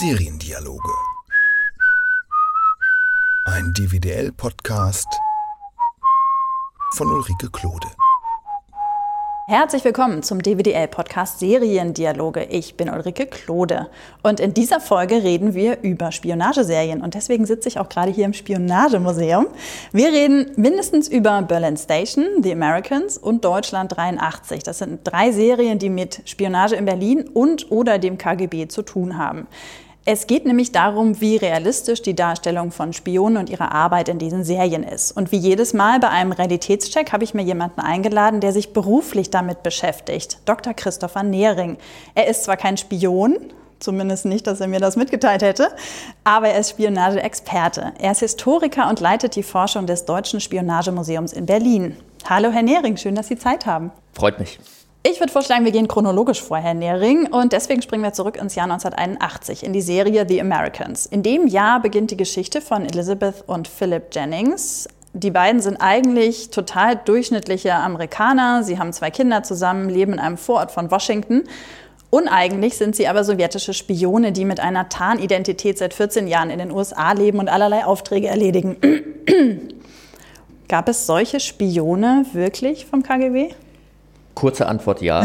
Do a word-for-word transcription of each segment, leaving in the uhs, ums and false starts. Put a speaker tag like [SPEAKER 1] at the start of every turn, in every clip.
[SPEAKER 1] Seriendialoge. Ein D V D L-Podcast von Ulrike Klode.
[SPEAKER 2] Herzlich willkommen zum D V D L-Podcast Seriendialoge. Ich bin Ulrike Klode und in dieser Folge reden wir über Spionageserien und deswegen sitze ich auch gerade hier im Spionagemuseum. Wir reden mindestens über Berlin Station, The Americans und Deutschland dreiundachtzig. Das sind drei Serien, die mit Spionage in Berlin und oder dem K G B zu tun haben. Es geht nämlich darum, wie realistisch die Darstellung von Spionen und ihrer Arbeit in diesen Serien ist. Und wie jedes Mal bei einem Realitätscheck habe ich mir jemanden eingeladen, der sich beruflich damit beschäftigt. Doktor Christopher Nehring. Er ist zwar kein Spion, zumindest nicht, dass er mir das mitgeteilt hätte, aber er ist Spionage-Experte. Er ist Historiker und leitet die Forschung des Deutschen Spionagemuseums in Berlin. Hallo Herr Nehring, schön, dass Sie Zeit haben.
[SPEAKER 3] Freut mich.
[SPEAKER 2] Ich würde vorschlagen, wir gehen chronologisch vor, Herr Nehring, und deswegen springen wir zurück ins Jahr neunzehnhunderteinundachtzig, in die Serie The Americans. In dem Jahr beginnt die Geschichte von Elizabeth und Philip Jennings. Die beiden sind eigentlich total durchschnittliche Amerikaner. Sie haben zwei Kinder zusammen, leben in einem Vorort von Washington. Uneigentlich sind sie aber sowjetische Spione, die mit einer Tarnidentität seit vierzehn Jahren in den U S A leben und allerlei Aufträge erledigen. Gab es solche Spione wirklich vom K G B?
[SPEAKER 3] Kurze Antwort, ja.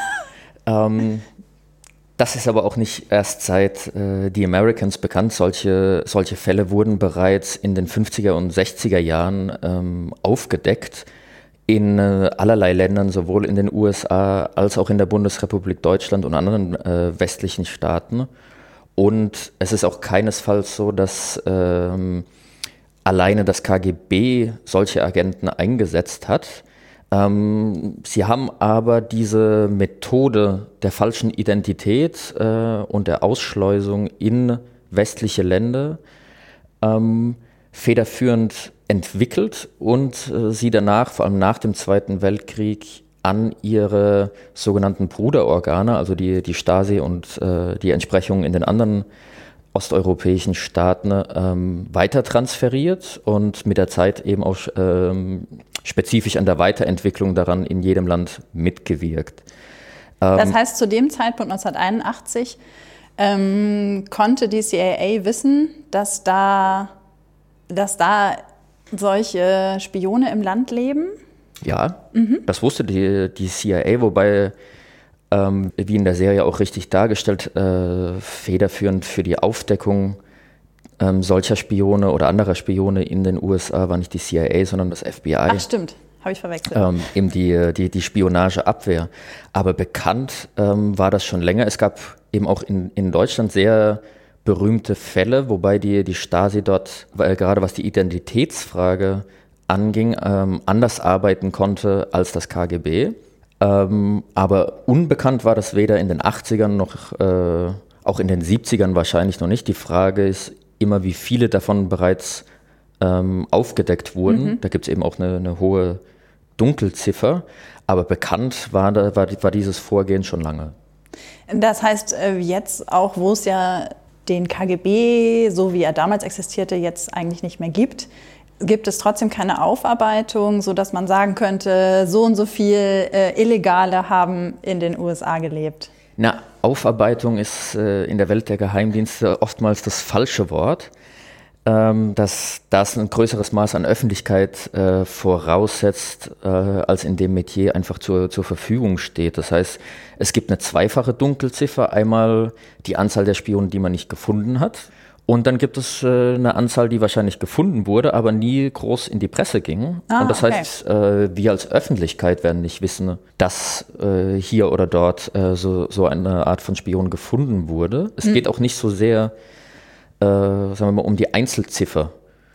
[SPEAKER 3] ähm, das ist aber auch nicht erst seit äh, The Americans bekannt. Solche, solche Fälle wurden bereits in den fünfziger und sechziger Jahren ähm, aufgedeckt in äh, allerlei Ländern, sowohl in den U S A als auch in der Bundesrepublik Deutschland und anderen äh, westlichen Staaten. Und es ist auch keinesfalls so, dass ähm, alleine das K G B solche Agenten eingesetzt hat. Ähm, sie haben aber diese Methode der falschen Identität äh, und der Ausschleusung in westliche Länder ähm, federführend entwickelt und äh, sie danach, vor allem nach dem Zweiten Weltkrieg, an ihre sogenannten Bruderorgane, also die, die Stasi und äh, die Entsprechungen in den anderen osteuropäischen Staaten ähm, weiter transferiert und mit der Zeit eben auch ähm, spezifisch an der Weiterentwicklung daran in jedem Land mitgewirkt. Ähm,
[SPEAKER 2] das heißt, zu dem Zeitpunkt neunzehnhunderteinundachtzig ähm, konnte die C I A wissen, dass da, dass da solche Spione im Land leben?
[SPEAKER 3] Ja, mhm. Das wusste die, die C I A, wobei Ähm, wie in der Serie auch richtig dargestellt, äh, federführend für die Aufdeckung ähm, solcher Spione oder anderer Spione in den U S A war nicht die C I A, sondern das F B I.
[SPEAKER 2] Ach stimmt, habe ich verwechselt.
[SPEAKER 3] Ähm, eben die, die, die Spionageabwehr. Aber bekannt ähm, war das schon länger. Es gab eben auch in, in Deutschland sehr berühmte Fälle, wobei die, die Stasi dort, weil gerade was die Identitätsfrage anging, ähm, anders arbeiten konnte als das K G B. Ähm, aber unbekannt war das weder in den achtzigern noch, äh, auch in den siebzigern wahrscheinlich noch nicht. Die Frage ist immer, wie viele davon bereits ähm, aufgedeckt wurden. Mhm. Da gibt es eben auch eine, eine hohe Dunkelziffer. Aber bekannt war, da, war, war dieses Vorgehen schon lange.
[SPEAKER 2] Das heißt, jetzt auch, wo es ja den K G B, so wie er damals existierte, jetzt eigentlich nicht mehr gibt, gibt es trotzdem keine Aufarbeitung, sodass man sagen könnte, so und so viel äh, Illegale haben in den U S A gelebt?
[SPEAKER 3] Na, Aufarbeitung ist äh, in der Welt der Geheimdienste oftmals das falsche Wort. Ähm, dass das ein größeres Maß an Öffentlichkeit äh, voraussetzt, äh, als in dem Metier einfach zur, zur Verfügung steht. Das heißt, es gibt eine zweifache Dunkelziffer. Einmal die Anzahl der Spione, die man nicht gefunden hat. Und dann gibt es äh, eine Anzahl, die wahrscheinlich gefunden wurde, aber nie groß in die Presse ging. Ah, und das okay. heißt, äh, wir als Öffentlichkeit werden nicht wissen, dass äh, hier oder dort äh, so, so eine Art von Spion gefunden wurde. Es hm. geht auch nicht so sehr äh, sagen wir mal, um die Einzelziffer,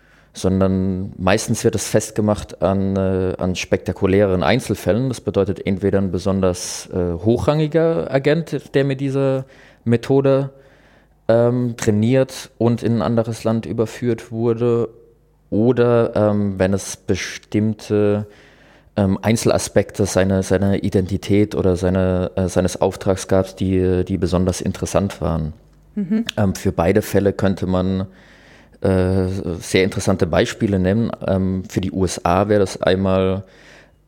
[SPEAKER 3] sondern meistens wird es festgemacht an, äh, an spektakulären Einzelfällen. Das bedeutet entweder ein besonders äh, hochrangiger Agent, der mit dieser Methode Ähm, trainiert und in ein anderes Land überführt wurde, oder ähm, wenn es bestimmte ähm, Einzelaspekte seiner, seiner Identität oder seine, äh, seines Auftrags gab, die, die besonders interessant waren. Mhm. Ähm, für beide Fälle könnte man äh, sehr interessante Beispiele nennen. Ähm, für die U S A wäre das einmal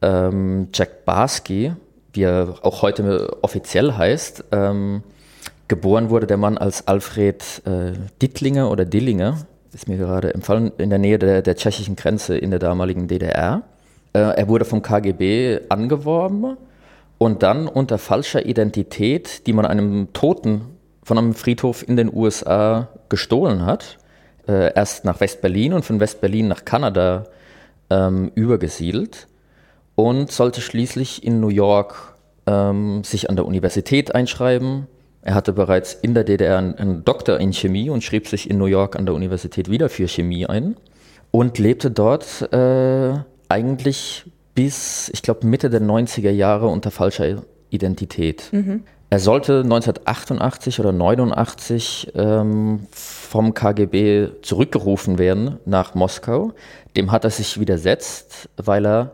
[SPEAKER 3] ähm, Jack Barsky, wie er auch heute offiziell heißt, ähm, Geboren wurde der Mann als Alfred äh, Dittlinger oder Dillinger, ist mir gerade empfallen, in der Nähe der, der tschechischen Grenze in der damaligen D D R. Äh, er wurde vom K G B angeworben und dann unter falscher Identität, die man einem Toten von einem Friedhof in den U S A gestohlen hat, äh, erst nach West-Berlin und von West-Berlin nach Kanada ähm, übergesiedelt und sollte schließlich in New York ähm, sich an der Universität einschreiben. Er hatte bereits in der D D R einen, einen Doktor in Chemie und schrieb sich in New York an der Universität wieder für Chemie ein und lebte dort äh, eigentlich bis, ich glaube, Mitte der neunziger Jahre unter falscher Identität. Mhm. Er sollte neunzehnhundertachtundachtzig oder neunundachtzig ähm, vom K G B zurückgerufen werden nach Moskau. Dem hat er sich widersetzt, weil er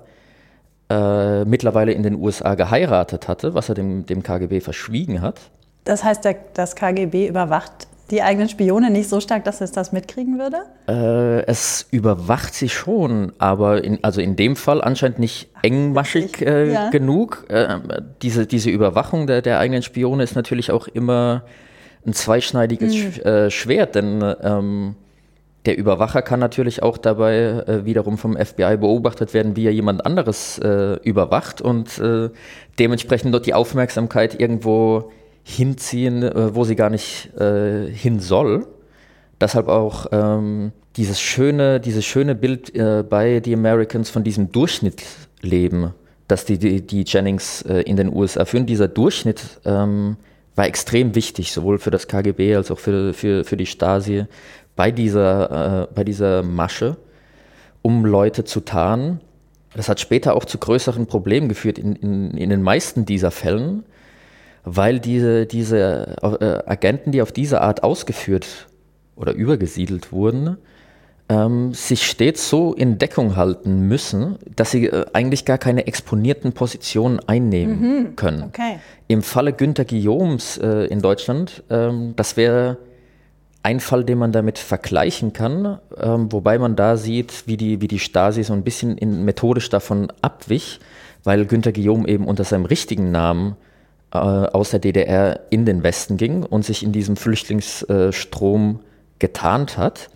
[SPEAKER 3] äh, mittlerweile in den U S A geheiratet hatte, was er dem, dem K G B verschwiegen hat.
[SPEAKER 2] Das heißt, der, das K G B überwacht die eigenen Spione nicht so stark, dass es das mitkriegen würde?
[SPEAKER 3] Äh, es überwacht sie schon, aber in, also in dem Fall anscheinend nicht engmaschig äh, ja. genug. Äh, diese, diese Überwachung der, der eigenen Spione ist natürlich auch immer ein zweischneidiges mhm. Sch- äh, Schwert, denn ähm, der Überwacher kann natürlich auch dabei äh, wiederum vom F B I beobachtet werden, wie er jemand anderes äh, überwacht und äh, dementsprechend dort die Aufmerksamkeit irgendwo hinziehen, äh, wo sie gar nicht äh, hin soll. Deshalb auch ähm, dieses schöne, dieses schöne Bild äh, bei The Americans von diesem Durchschnittsleben, das die, die, die Jennings äh, in den U S A führen. Dieser Durchschnitt ähm, war extrem wichtig, sowohl für das K G B als auch für, für, für die Stasi, bei dieser, äh, bei dieser Masche, um Leute zu tarnen. Das hat später auch zu größeren Problemen geführt in, in, in den meisten dieser Fällen, weil diese, diese äh, Agenten, die auf diese Art ausgeführt oder übergesiedelt wurden, ähm, sich stets so in Deckung halten müssen, dass sie äh, eigentlich gar keine exponierten Positionen einnehmen mhm. können.
[SPEAKER 2] Okay.
[SPEAKER 3] Im Falle Günter Guillaumes äh, in Deutschland, ähm, das wäre ein Fall, den man damit vergleichen kann, ähm, wobei man da sieht, wie die, wie die Stasi so ein bisschen in, methodisch davon abwich, weil Günter Guillaume eben unter seinem richtigen Namen aus der D D R in den Westen ging und sich in diesem Flüchtlingsstrom getarnt hat.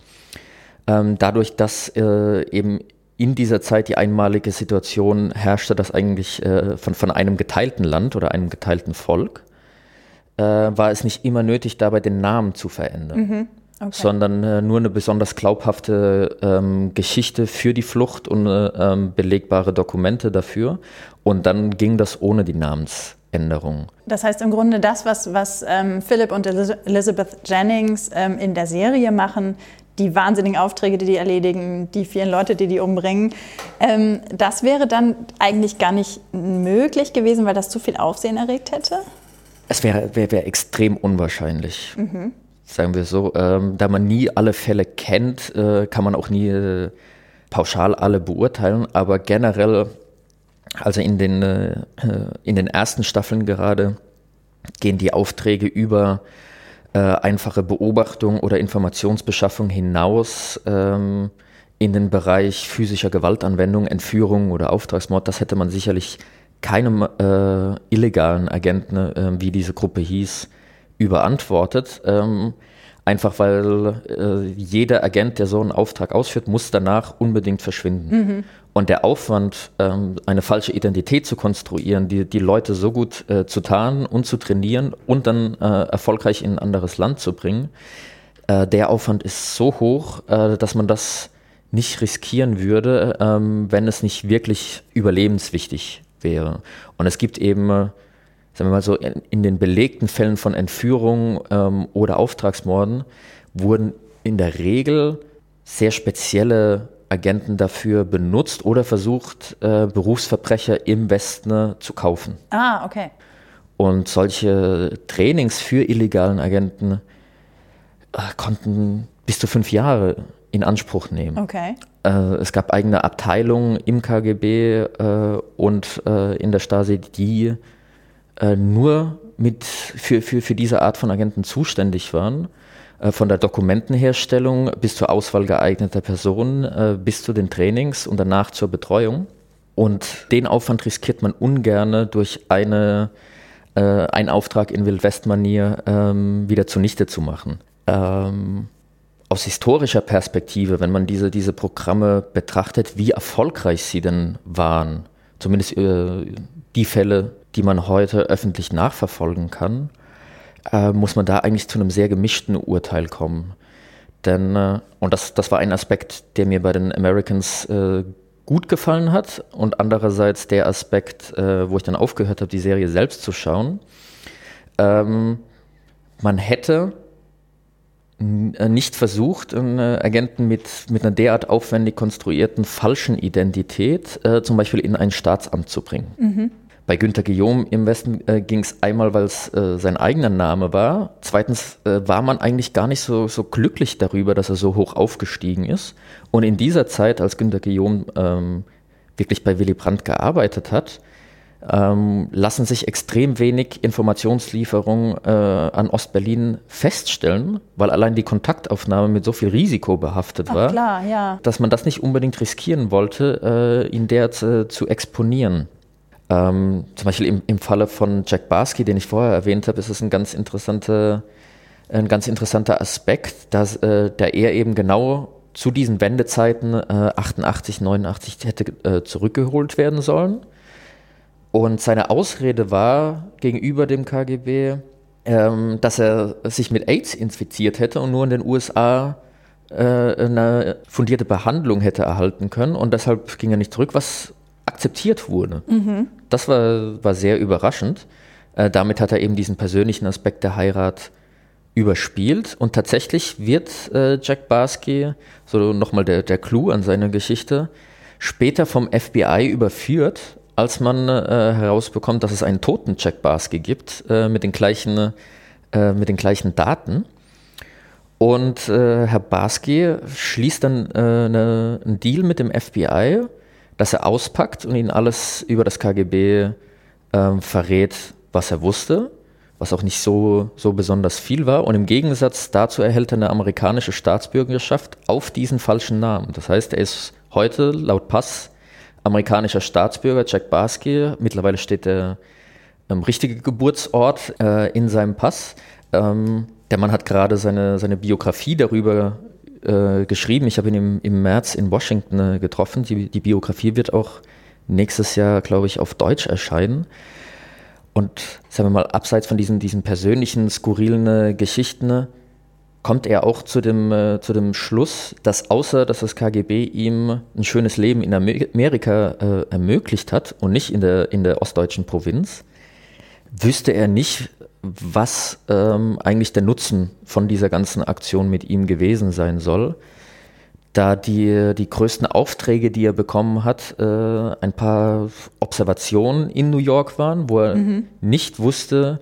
[SPEAKER 3] Ähm, dadurch, dass äh, eben in dieser Zeit die einmalige Situation herrschte, dass eigentlich äh, von, von einem geteilten Land oder einem geteilten Volk, äh, war es nicht immer nötig, dabei den Namen zu verändern, mhm. okay. sondern äh, nur eine besonders glaubhafte ähm, Geschichte für die Flucht und äh, ähm, belegbare Dokumente dafür. Und dann ging das ohne die Namens Änderung.
[SPEAKER 2] Das heißt im Grunde das, was, was ähm, Philip und Elizabeth Jennings ähm, in der Serie machen, die wahnsinnigen Aufträge, die die erledigen, die vielen Leute, die die umbringen, ähm, das wäre dann eigentlich gar nicht möglich gewesen, weil das zu viel Aufsehen erregt hätte?
[SPEAKER 3] Es wäre, wäre, wäre extrem unwahrscheinlich, mhm. sagen wir so. Ähm, da man nie alle Fälle kennt, äh, kann man auch nie äh, pauschal alle beurteilen, aber generell Also in den, äh, in den ersten Staffeln gerade gehen die Aufträge über äh, einfache Beobachtung oder Informationsbeschaffung hinaus ähm, in den Bereich physischer Gewaltanwendung, Entführung oder Auftragsmord. Das hätte man sicherlich keinem äh, illegalen Agenten, äh, wie diese Gruppe hieß, überantwortet. Ähm, einfach weil äh, jeder Agent, der so einen Auftrag ausführt, muss danach unbedingt verschwinden. Mhm. Und der Aufwand, ähm, eine falsche Identität zu konstruieren, die, die Leute so gut äh, zu tarnen und zu trainieren und dann äh, erfolgreich in ein anderes Land zu bringen, äh, der Aufwand ist so hoch, äh, dass man das nicht riskieren würde, ähm, wenn es nicht wirklich überlebenswichtig wäre. Und es gibt eben, äh, sagen wir mal so, in, in den belegten Fällen von Entführung ähm, oder Auftragsmorden wurden in der Regel sehr spezielle Agenten dafür benutzt oder versucht, äh, Berufsverbrecher im Westen äh, zu kaufen.
[SPEAKER 2] Ah, okay.
[SPEAKER 3] Und solche Trainings für illegalen Agenten äh, konnten bis zu fünf Jahre in Anspruch nehmen.
[SPEAKER 2] Okay.
[SPEAKER 3] Äh, es gab eigene Abteilungen im K G B äh, und äh, in der Stasi, die äh, nur mit für, für, für diese Art von Agenten zuständig waren. Von der Dokumentenherstellung bis zur Auswahl geeigneter Personen, äh, bis zu den Trainings und danach zur Betreuung. Und den Aufwand riskiert man ungern durch eine äh, einen Auftrag in Wildwest-Manier ähm, wieder zunichte zu machen. Ähm, aus historischer Perspektive, wenn man diese, diese Programme betrachtet, wie erfolgreich sie denn waren, zumindest äh, die Fälle, die man heute öffentlich nachverfolgen kann, äh, muss man da eigentlich zu einem sehr gemischten Urteil kommen. Denn, äh, und das, das war ein Aspekt, der mir bei den Americans äh, gut gefallen hat, und andererseits der Aspekt, äh, wo ich dann aufgehört habe, die Serie selbst zu schauen. Ähm, man hätte n- nicht versucht, einen äh, Agenten mit, mit einer derart aufwendig konstruierten falschen Identität äh, zum Beispiel in ein Staatsamt zu bringen. Mhm. Bei Günter Guillaume im Westen äh, ging es einmal, weil es äh, sein eigener Name war. Zweitens äh, war man eigentlich gar nicht so, so glücklich darüber, dass er so hoch aufgestiegen ist. Und in dieser Zeit, als Günter Guillaume ähm, wirklich bei Willy Brandt gearbeitet hat, ähm, lassen sich extrem wenig Informationslieferungen äh, an Ostberlin feststellen, weil allein die Kontaktaufnahme mit so viel Risiko behaftet
[SPEAKER 2] Ach,
[SPEAKER 3] war,
[SPEAKER 2] klar, ja.
[SPEAKER 3] dass man das nicht unbedingt riskieren wollte, äh, ihn der zu, zu exponieren. Ähm, zum Beispiel im, im Falle von Jack Barsky, den ich vorher erwähnt habe, ist es ein ganz interessanter, ein ganz interessanter Aspekt, dass äh, da er eben genau zu diesen Wendezeiten äh, achtundachtzig, neunundachtzig hätte äh, zurückgeholt werden sollen. Und seine Ausrede war gegenüber dem K G B, ähm, dass er sich mit AIDS infiziert hätte und nur in den U S A äh, eine fundierte Behandlung hätte erhalten können, und deshalb ging er nicht zurück, was akzeptiert wurde. Mhm. Das war, war sehr überraschend. Äh, damit hat er eben diesen persönlichen Aspekt der Heirat überspielt, und tatsächlich wird äh, Jack Barsky, so nochmal der, der Clou an seiner Geschichte, später vom F B I überführt, als man äh, herausbekommt, dass es einen toten Jack Barsky gibt, äh, mit den gleichen, äh, mit den gleichen Daten. Und äh, Herr Barsky schließt dann äh, eine, einen Deal mit dem F B I, dass er auspackt und ihnen alles über das K G B ähm, verrät, was er wusste, was auch nicht so, so besonders viel war. Und im Gegensatz dazu erhält er eine amerikanische Staatsbürgerschaft auf diesen falschen Namen. Das heißt, er ist heute laut Pass amerikanischer Staatsbürger, Jack Barsky. Mittlerweile steht der ähm, richtige Geburtsort äh, in seinem Pass. Ähm, der Mann hat gerade seine, seine Biografie darüber äh, geschrieben. Ich habe ihn im, im März in Washington äh, getroffen. Die, die Biografie wird auch nächstes Jahr, glaube ich, auf Deutsch erscheinen. Und sagen wir mal, abseits von diesen, diesen persönlichen, skurrilen äh, Geschichten, kommt er auch zu dem, äh, zu dem Schluss, dass außer, dass das K G B ihm ein schönes Leben in Amerika äh, ermöglicht hat und nicht in der, in der ostdeutschen Provinz, wüsste er nicht, was ähm, eigentlich der Nutzen von dieser ganzen Aktion mit ihm gewesen sein soll, da die, die größten Aufträge, die er bekommen hat, äh, ein paar Observationen in New York waren, wo er mhm. nicht wusste,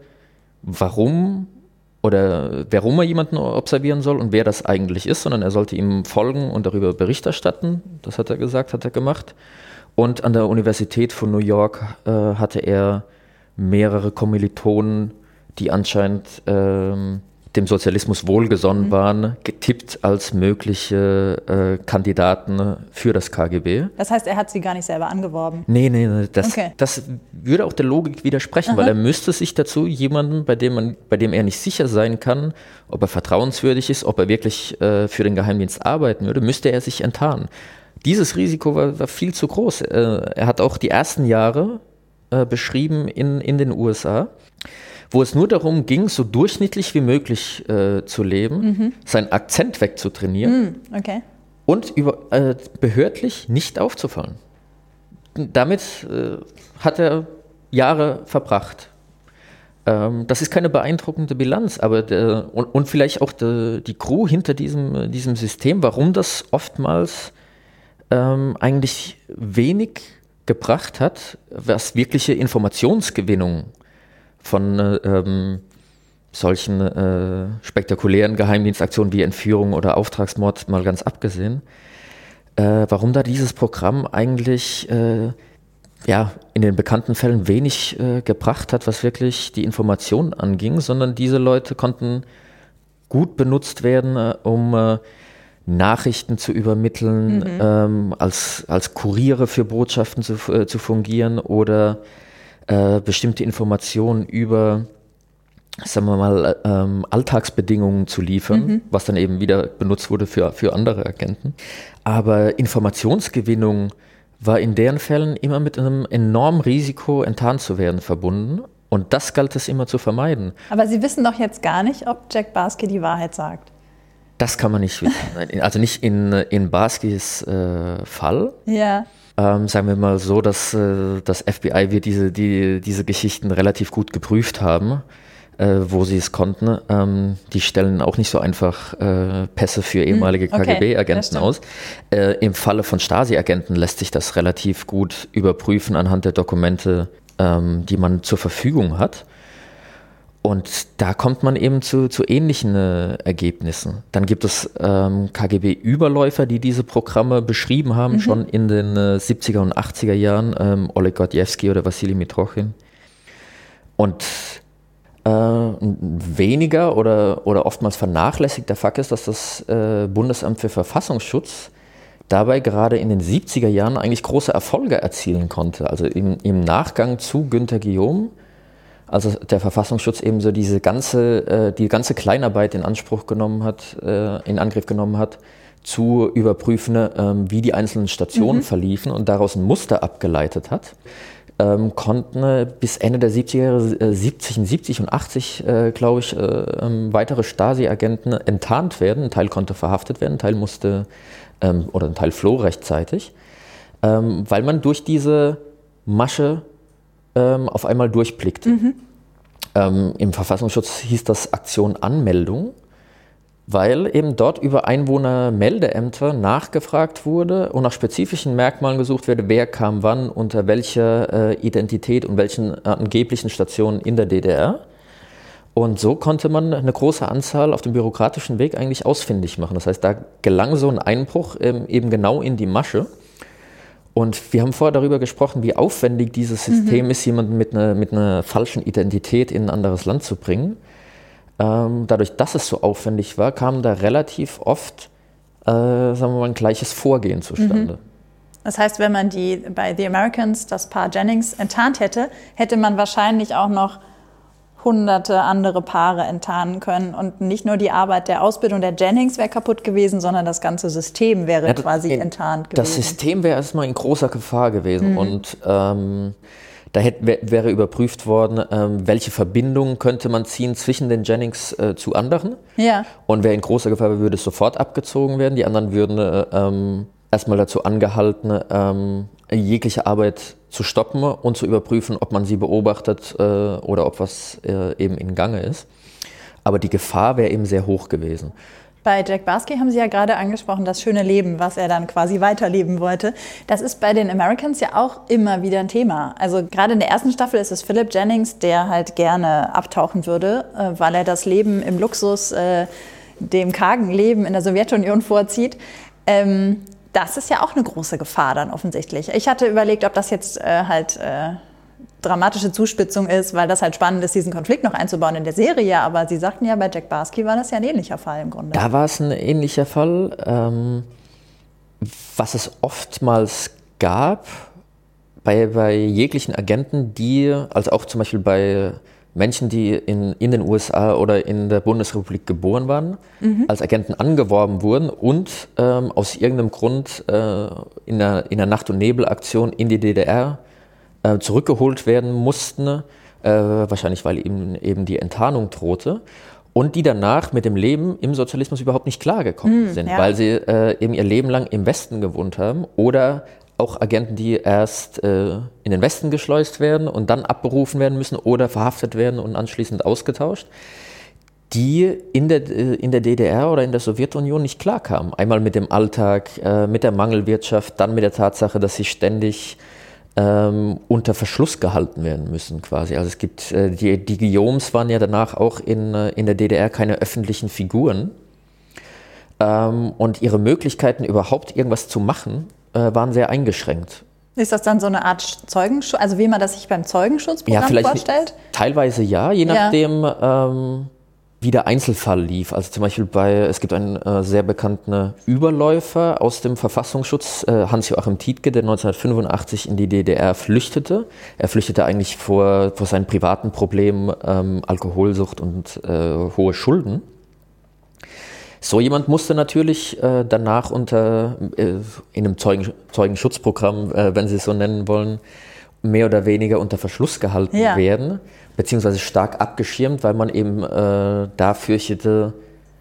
[SPEAKER 3] warum oder warum er jemanden observieren soll und wer das eigentlich ist, sondern er sollte ihm folgen und darüber Bericht erstatten. Das hat er gesagt, hat er gemacht. Und an der Universität von New York äh, hatte er mehrere Kommilitonen, die anscheinend ähm, dem Sozialismus wohlgesonnen mhm. waren, getippt als mögliche äh, Kandidaten für das K G B.
[SPEAKER 2] Das heißt, er hat sie gar nicht selber angeworben?
[SPEAKER 3] Nee, nee, nee das,
[SPEAKER 2] okay.
[SPEAKER 3] das würde auch der Logik widersprechen, Aha. weil er müsste sich dazu jemanden, bei dem, man, bei dem er nicht sicher sein kann, ob er vertrauenswürdig ist, ob er wirklich äh, für den Geheimdienst arbeiten würde, müsste er sich enttarnen. Dieses Risiko war, war viel zu groß. Äh, er hat auch die ersten Jahre äh, beschrieben in, in den U S A, wo es nur darum ging, so durchschnittlich wie möglich äh, zu leben, mhm. seinen Akzent wegzutrainieren
[SPEAKER 2] mhm, okay.
[SPEAKER 3] und über, äh, behördlich nicht aufzufallen. Damit äh, hat er Jahre verbracht. Ähm, das ist keine beeindruckende Bilanz, aber der, und, und vielleicht auch de, die Crew hinter diesem, diesem System, warum das oftmals ähm, eigentlich wenig gebracht hat, was wirkliche Informationsgewinnung von ähm, solchen äh, spektakulären Geheimdienstaktionen wie Entführung oder Auftragsmord mal ganz abgesehen, äh, warum da dieses Programm eigentlich äh, ja, in den bekannten Fällen wenig äh, gebracht hat, was wirklich die Informationen anging, sondern diese Leute konnten gut benutzt werden, äh, um äh, Nachrichten zu übermitteln, mhm. ähm, als, als Kuriere für Botschaften zu, äh, zu fungieren oder äh, bestimmte Informationen über, sagen wir mal, ähm, Alltagsbedingungen zu liefern, mhm. was dann eben wieder benutzt wurde für, für andere Agenten. Aber Informationsgewinnung war in deren Fällen immer mit einem enormen Risiko, enttarnt zu werden, verbunden. Und das galt es immer zu vermeiden.
[SPEAKER 2] Aber Sie wissen doch jetzt gar nicht, ob Jack Barsky die Wahrheit sagt.
[SPEAKER 3] Das kann man nicht wissen. Also nicht in, in Barskys äh, Fall.
[SPEAKER 2] Ja.
[SPEAKER 3] Ähm, sagen wir mal so, dass äh, das F B I wir diese, die, diese Geschichten relativ gut geprüft haben, äh, wo sie es konnten. Ähm, die stellen auch nicht so einfach äh, Pässe für ehemalige
[SPEAKER 2] okay,
[SPEAKER 3] K G B-Agenten aus. Äh, Im Falle von Stasi-Agenten lässt sich das relativ gut überprüfen anhand der Dokumente, ähm, die man zur Verfügung hat. Und da kommt man eben zu, zu ähnlichen äh, Ergebnissen. Dann gibt es ähm, K G B-Überläufer, die diese Programme beschrieben haben, mhm. schon in den äh, siebziger und achtziger Jahren, ähm, Oleg Gordievsky oder Wassili Mitrochin. Und äh, weniger oder, oder oftmals vernachlässigter Fakt ist, dass das äh, Bundesamt für Verfassungsschutz dabei gerade in den siebziger Jahren eigentlich große Erfolge erzielen konnte. Also im, im Nachgang zu Günter Guillaume, also der Verfassungsschutz eben so diese ganze, äh, die ganze Kleinarbeit in Anspruch genommen hat, äh, in Angriff genommen hat, zu überprüfen, ähm, wie die einzelnen Stationen mhm. verliefen und daraus ein Muster abgeleitet hat, ähm, konnten bis Ende der siebziger Jahre, äh, siebzig, siebzig und achtzig, äh, glaube ich, äh, äh, weitere Stasi-Agenten enttarnt werden. Ein Teil konnte verhaftet werden, ein Teil musste, ähm, oder ein Teil floh rechtzeitig, ähm, weil man durch diese Masche auf einmal durchblickte. Mhm. Ähm, im Verfassungsschutz hieß das Aktion Anmeldung, weil eben dort über Einwohnermeldeämter nachgefragt wurde und nach spezifischen Merkmalen gesucht wurde, wer kam wann, unter welcher äh, Identität und welchen äh, angeblichen Stationen in der D D R. Und so konnte man eine große Anzahl auf dem bürokratischen Weg eigentlich ausfindig machen. Das heißt, da gelang so ein Einbruch ähm, eben genau in die Masche. Und wir haben vorher darüber gesprochen, wie aufwendig dieses System mhm. ist, jemanden mit einer, mit einer falschen Identität in ein anderes Land zu bringen. Ähm, dadurch, dass es so aufwendig war, kam da relativ oft, äh, sagen wir mal, ein gleiches Vorgehen zustande.
[SPEAKER 2] Mhm. Das heißt, wenn man die bei The Americans, das Paar Jennings, enttarnt hätte, hätte man wahrscheinlich auch noch hunderte andere Paare enttarnen können. Und nicht nur die Arbeit der Ausbildung der Jennings wäre kaputt gewesen, sondern das ganze System wäre ja, quasi in, enttarnt gewesen.
[SPEAKER 3] Das System wäre erstmal in großer Gefahr gewesen. Mhm. Und ähm, da hätte, wär, wäre überprüft worden, ähm, welche Verbindungen könnte man ziehen zwischen den Jennings äh, zu anderen.
[SPEAKER 2] Ja.
[SPEAKER 3] Und wer in großer Gefahr wäre, würde es sofort abgezogen werden. Die anderen würden äh, ähm, erstmal dazu angehalten, ähm, jegliche Arbeit zu stoppen und zu überprüfen, ob man sie beobachtet äh, oder ob was äh, eben in Gange ist. Aber die Gefahr wäre eben sehr hoch gewesen.
[SPEAKER 2] Bei Jack Barsky haben Sie ja gerade angesprochen, das schöne Leben, was er dann quasi weiterleben wollte. Das ist bei den Americans ja auch immer wieder ein Thema. Also gerade in der ersten Staffel ist es Philip Jennings, der halt gerne abtauchen würde, äh, weil er das Leben im Luxus, äh, dem kargen Leben in der Sowjetunion vorzieht. Ähm, Das ist ja auch eine große Gefahr dann offensichtlich. Ich hatte überlegt, ob das jetzt äh, halt äh, dramatische Zuspitzung ist, weil das halt spannend ist, diesen Konflikt noch einzubauen in der Serie. Aber Sie sagten ja, bei Jack Barsky war das ja ein ähnlicher Fall im Grunde.
[SPEAKER 3] Da war es ein ähnlicher Fall. Ähm, was es oftmals gab bei, bei jeglichen Agenten, die, also auch zum Beispiel bei Menschen, die in, in den U S A oder in der Bundesrepublik geboren waren, mhm. als Agenten angeworben wurden und ähm, aus irgendeinem Grund äh, in der, in der Nacht- und Nebelaktion in die D D R äh, zurückgeholt werden mussten, äh, wahrscheinlich weil ihnen eben die Enttarnung drohte, und die danach mit dem Leben im Sozialismus überhaupt nicht klargekommen mhm, sind, ja. weil sie äh, eben ihr Leben lang im Westen gewohnt haben, oder auch Agenten, die erst äh, in den Westen geschleust werden und dann abberufen werden müssen oder verhaftet werden und anschließend ausgetauscht, die in der, äh, in der D D R oder in der Sowjetunion nicht klarkamen. Einmal mit dem Alltag, äh, mit der Mangelwirtschaft, dann mit der Tatsache, dass sie ständig ähm, unter Verschluss gehalten werden müssen quasi. Also es gibt, äh, die, die Guillaumes waren ja danach auch in, äh, in der D D R keine öffentlichen Figuren. Ähm, und ihre Möglichkeiten, überhaupt irgendwas zu machen, waren sehr eingeschränkt.
[SPEAKER 2] Ist das dann so eine Art Zeugenschutz, also wie man das sich beim Zeugenschutzprogramm
[SPEAKER 3] ja, vielleicht
[SPEAKER 2] vorstellt?
[SPEAKER 3] Teilweise ja, je nachdem, ja. Ähm, wie der Einzelfall lief. Also zum Beispiel bei, es gibt einen äh, sehr bekannten Überläufer aus dem Verfassungsschutz, äh, Hans-Joachim Tiedtke, der neunzehnhundertfünfundachtzig in die D D R flüchtete. Er flüchtete eigentlich vor, vor seinen privaten Problemen, ähm, Alkoholsucht und äh, hohe Schulden. So jemand musste natürlich äh, danach unter, äh, in einem Zeugen, Zeugenschutzprogramm, äh, wenn Sie es so nennen wollen, mehr oder weniger unter Verschluss gehalten ja. werden, beziehungsweise stark abgeschirmt, weil man eben äh, da fürchtete,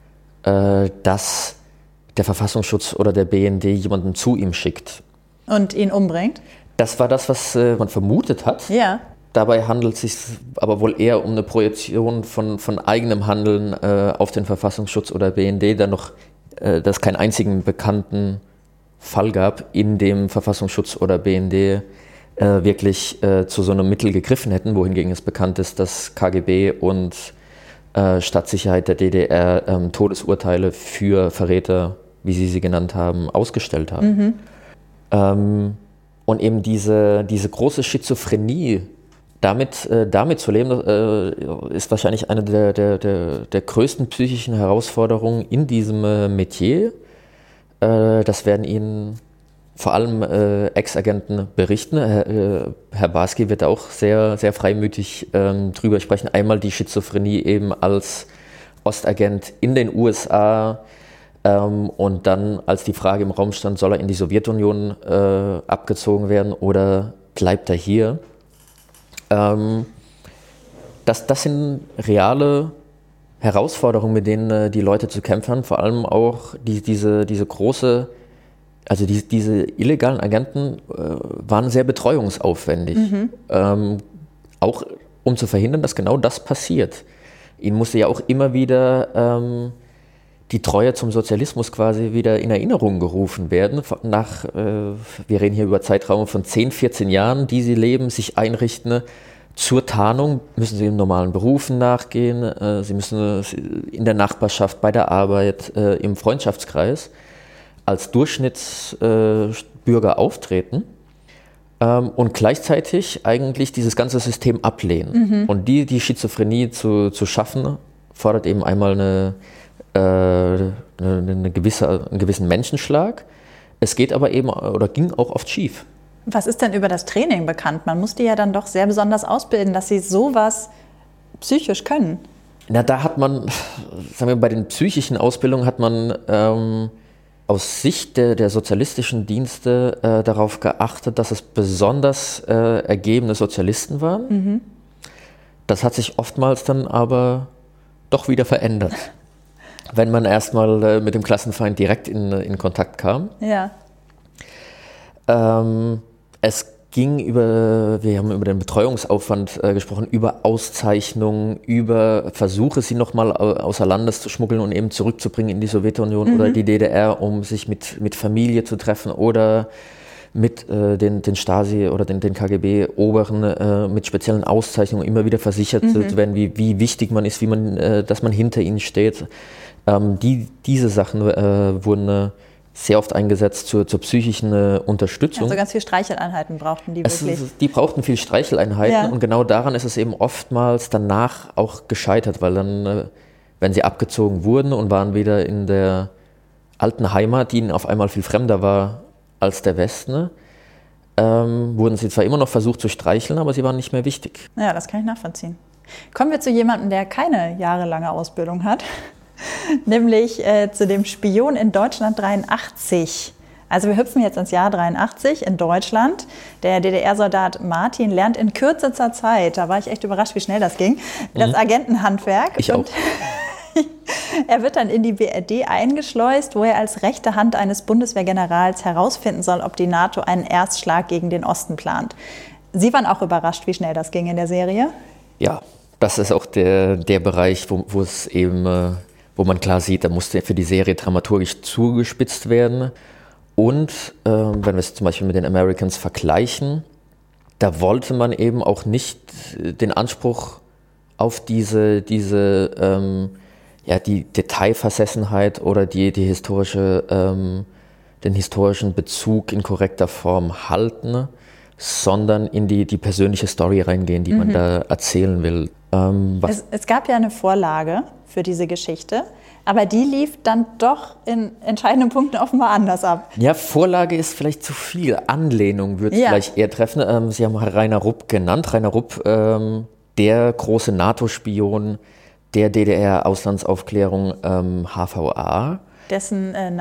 [SPEAKER 3] äh, dass der Verfassungsschutz oder der B N D jemanden zu ihm schickt.
[SPEAKER 2] Und ihn umbringt?
[SPEAKER 3] Das war das, was äh, man vermutet hat.
[SPEAKER 2] Ja.
[SPEAKER 3] Dabei handelt es sich aber wohl eher um eine Projektion von, von eigenem Handeln äh, auf den Verfassungsschutz oder B N D, da noch äh, dass keinen einzigen bekannten Fall gab, in dem Verfassungsschutz oder B N D äh, wirklich äh, zu so einem Mittel gegriffen hätten, wohingegen es bekannt ist, dass K G B und äh, Staatssicherheit der D D R ähm, Todesurteile für Verräter, wie Sie sie genannt haben, ausgestellt haben. Mhm. Ähm, und eben diese, diese große Schizophrenie, Damit, äh, damit zu leben, äh, ist wahrscheinlich eine der, der, der, der größten psychischen Herausforderungen in diesem äh, Metier. Äh, das werden Ihnen vor allem äh, Ex-Agenten berichten. Herr, äh, Herr Barsky wird auch sehr, sehr freimütig ähm, drüber sprechen. Einmal die Schizophrenie eben als Ostagent in den U S A ähm, und dann, als die Frage im Raum stand, soll er in die Sowjetunion äh, abgezogen werden oder bleibt er hier? Ähm, das, das sind reale Herausforderungen, mit denen äh, die Leute zu kämpfen haben. Vor allem auch die, diese, diese große, also die, diese illegalen Agenten äh, waren sehr betreuungsaufwendig. Mhm. Ähm, auch um zu verhindern, dass genau das passiert. Ihnen musste ja auch immer wieder ähm, die Treue zum Sozialismus quasi wieder in Erinnerung gerufen werden. Nach, äh, wir reden hier über Zeitraum von zehn, vierzehn Jahren, die sie leben, sich einrichten. Zur Tarnung müssen sie in normalen Berufen nachgehen. Äh, sie müssen in der Nachbarschaft, bei der Arbeit, äh, im Freundschaftskreis als Durchschnittsbürger äh, auftreten ähm, und gleichzeitig eigentlich dieses ganze System ablehnen. Mhm. Und die, die Schizophrenie zu, zu schaffen, fordert eben einmal eine Eine, eine gewisse, einen gewissen Menschenschlag. Es geht aber eben, oder ging auch oft schief.
[SPEAKER 2] Was ist denn über das Training bekannt? Man muss die ja dann doch sehr besonders ausbilden, dass sie sowas psychisch können.
[SPEAKER 3] Na, da hat man, sagen wir, bei den psychischen Ausbildungen hat man ähm, aus Sicht der, der sozialistischen Dienste äh, darauf geachtet, dass es besonders äh, ergebene Sozialisten waren. Mhm. Das hat sich oftmals dann aber doch wieder verändert. Wenn man erstmal äh, mit dem Klassenfeind direkt in, in Kontakt kam.
[SPEAKER 2] Ja.
[SPEAKER 3] Ähm, es ging über, wir haben über den Betreuungsaufwand äh, gesprochen, über Auszeichnungen, über Versuche, sie nochmal außer Landes zu schmuggeln und eben zurückzubringen in die Sowjetunion mhm. oder die D D R, um sich mit, mit Familie zu treffen oder mit äh, den, den Stasi oder den, den K G B-Oberen äh, mit speziellen Auszeichnungen immer wieder versichert mhm. zu werden, wie, wie wichtig man ist, wie man, äh, dass man hinter ihnen steht. Ähm, die, diese Sachen äh, wurden äh, sehr oft eingesetzt zur, zur psychischen äh, Unterstützung.
[SPEAKER 2] Also ganz viel Streicheleinheiten brauchten die
[SPEAKER 3] es,
[SPEAKER 2] wirklich.
[SPEAKER 3] Die brauchten viel Streicheleinheiten
[SPEAKER 2] ja.
[SPEAKER 3] und genau daran ist es eben oftmals danach auch gescheitert, weil dann, äh, wenn sie abgezogen wurden und waren wieder in der alten Heimat, die ihnen auf einmal viel fremder war als der Westen, ähm, wurden sie zwar immer noch versucht zu streicheln, aber sie waren nicht mehr wichtig.
[SPEAKER 2] Ja, das kann ich nachvollziehen. Kommen wir zu jemandem, der keine jahrelange Ausbildung hat. Nämlich äh, zu dem Spion in Deutschland dreiundachtzig. Also wir hüpfen jetzt ins Jahr dreiundachtzig in Deutschland. Der D D R-Soldat Martin lernt in kürzester Zeit, da war ich echt überrascht, wie schnell das ging, das Agentenhandwerk.
[SPEAKER 3] Ich auch.
[SPEAKER 2] Und er wird dann in die B R D eingeschleust, wo er als rechte Hand eines Bundeswehrgenerals herausfinden soll, ob die NATO einen Erstschlag gegen den Osten plant. Sie waren auch überrascht, wie schnell das ging in der Serie?
[SPEAKER 3] Ja, das ist auch der, der Bereich, wo, wo es eben... Äh wo man klar sieht, da musste für die Serie dramaturgisch zugespitzt werden. Und äh, wenn wir es zum Beispiel mit den Americans vergleichen, da wollte man eben auch nicht den Anspruch auf diese, diese ähm, ja, die Detailversessenheit oder die, die historische, ähm, den historischen Bezug in korrekter Form halten, sondern in die, die persönliche Story reingehen, die mhm. man da erzählen will. Ähm, was
[SPEAKER 2] es, es gab ja eine Vorlage für diese Geschichte, aber die lief dann doch in entscheidenden Punkten offenbar anders ab.
[SPEAKER 3] Ja, Vorlage ist vielleicht zu viel. Anlehnung würde es
[SPEAKER 2] Ja.
[SPEAKER 3] vielleicht eher treffen. Ähm, Sie haben Rainer Rupp genannt. Rainer Rupp, ähm, der große NATO-Spion der D D R-Auslandsaufklärung ähm, H V A.
[SPEAKER 2] Dessen äh,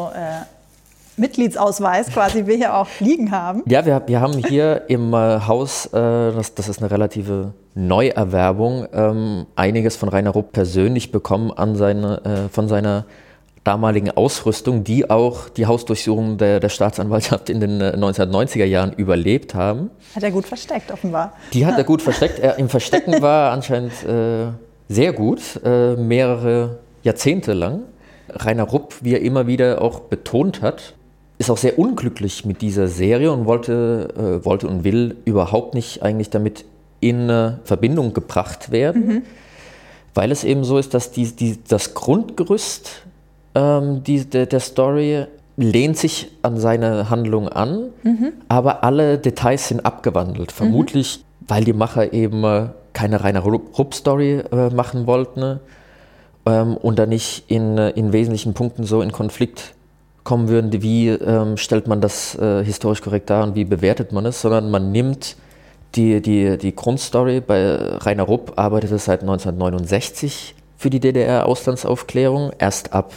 [SPEAKER 2] NATO-Mitgliedsausweis quasi wir hier auch liegen haben.
[SPEAKER 3] Ja, wir, wir haben hier im äh, Haus, äh, das, das ist eine relative Neuerwerbung, ähm, einiges von Rainer Rupp persönlich bekommen an seine, äh, von seiner damaligen Ausrüstung, die auch die Hausdurchsuchung der, der Staatsanwaltschaft in den äh, neunzehnhundertneunziger Jahren überlebt haben.
[SPEAKER 2] Hat er gut versteckt, offenbar.
[SPEAKER 3] Die hat er gut versteckt. Er, Im Verstecken war er anscheinend äh, sehr gut, äh, mehrere Jahrzehnte lang. Rainer Rupp, wie er immer wieder auch betont hat, ist auch sehr unglücklich mit dieser Serie und wollte, äh, wollte und will überhaupt nicht eigentlich damit in äh, Verbindung gebracht werden, mhm. weil es eben so ist, dass die, die, das Grundgerüst ähm, die, der, der Story lehnt sich an seine Handlung an, mhm. aber alle Details sind abgewandelt. Vermutlich, mhm. weil die Macher eben äh, keine Rainer Rupp-Story äh, machen wollten, ne? ähm, und da nicht in, in wesentlichen Punkten so in Konflikt kommen würden, wie ähm, stellt man das äh, historisch korrekt dar und wie bewertet man es, sondern man nimmt die, die, die Grundstory. Bei Rainer Rupp arbeitet er seit neunzehnhundertneunundsechzig für die D D R-Auslandsaufklärung, erst ab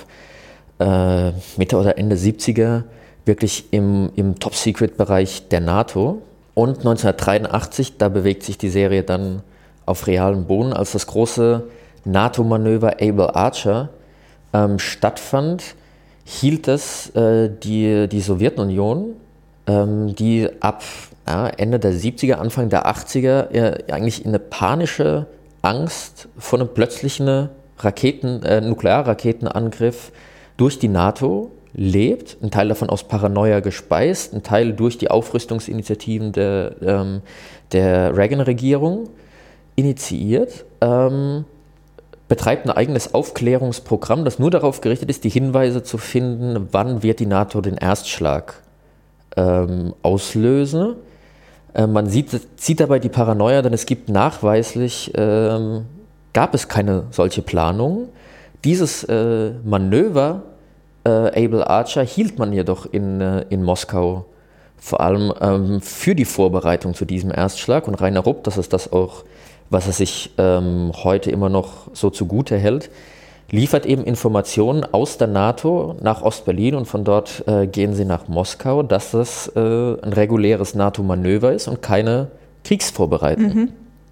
[SPEAKER 3] äh, Mitte oder Ende siebziger wirklich im, im Top-Secret-Bereich der NATO. Und neunzehnhundertdreiundachtzig, da bewegt sich die Serie dann auf realem Boden, als das große NATO-Manöver Able Archer ähm, stattfand, hielt es äh, die, die Sowjetunion, ähm, die ab ja, Ende der siebziger, Anfang der achtziger äh, eigentlich in eine panische Angst vor einem plötzlichen Raketen, äh, Nuklearraketenangriff durch die NATO lebt, ein Teil davon aus Paranoia gespeist, ein Teil durch die Aufrüstungsinitiativen der, ähm, der Reagan-Regierung initiiert, ähm, betreibt ein eigenes Aufklärungsprogramm, das nur darauf gerichtet ist, die Hinweise zu finden, wann wird die NATO den Erstschlag ähm, auslösen. Äh, man sieht, sieht dabei die Paranoia, denn es gibt nachweislich, ähm, gab es keine solche Planung. Dieses äh, Manöver, äh, Able Archer, hielt man jedoch in, äh, in Moskau vor allem ähm, für die Vorbereitung zu diesem Erstschlag. Und Rainer Rupp, das ist das auch, was er sich ähm, heute immer noch so zugute hält, liefert eben Informationen aus der NATO nach Ostberlin und von dort äh, gehen sie nach Moskau, dass das äh, ein reguläres NATO-Manöver ist und keine Kriegsvorbereitung. Mhm.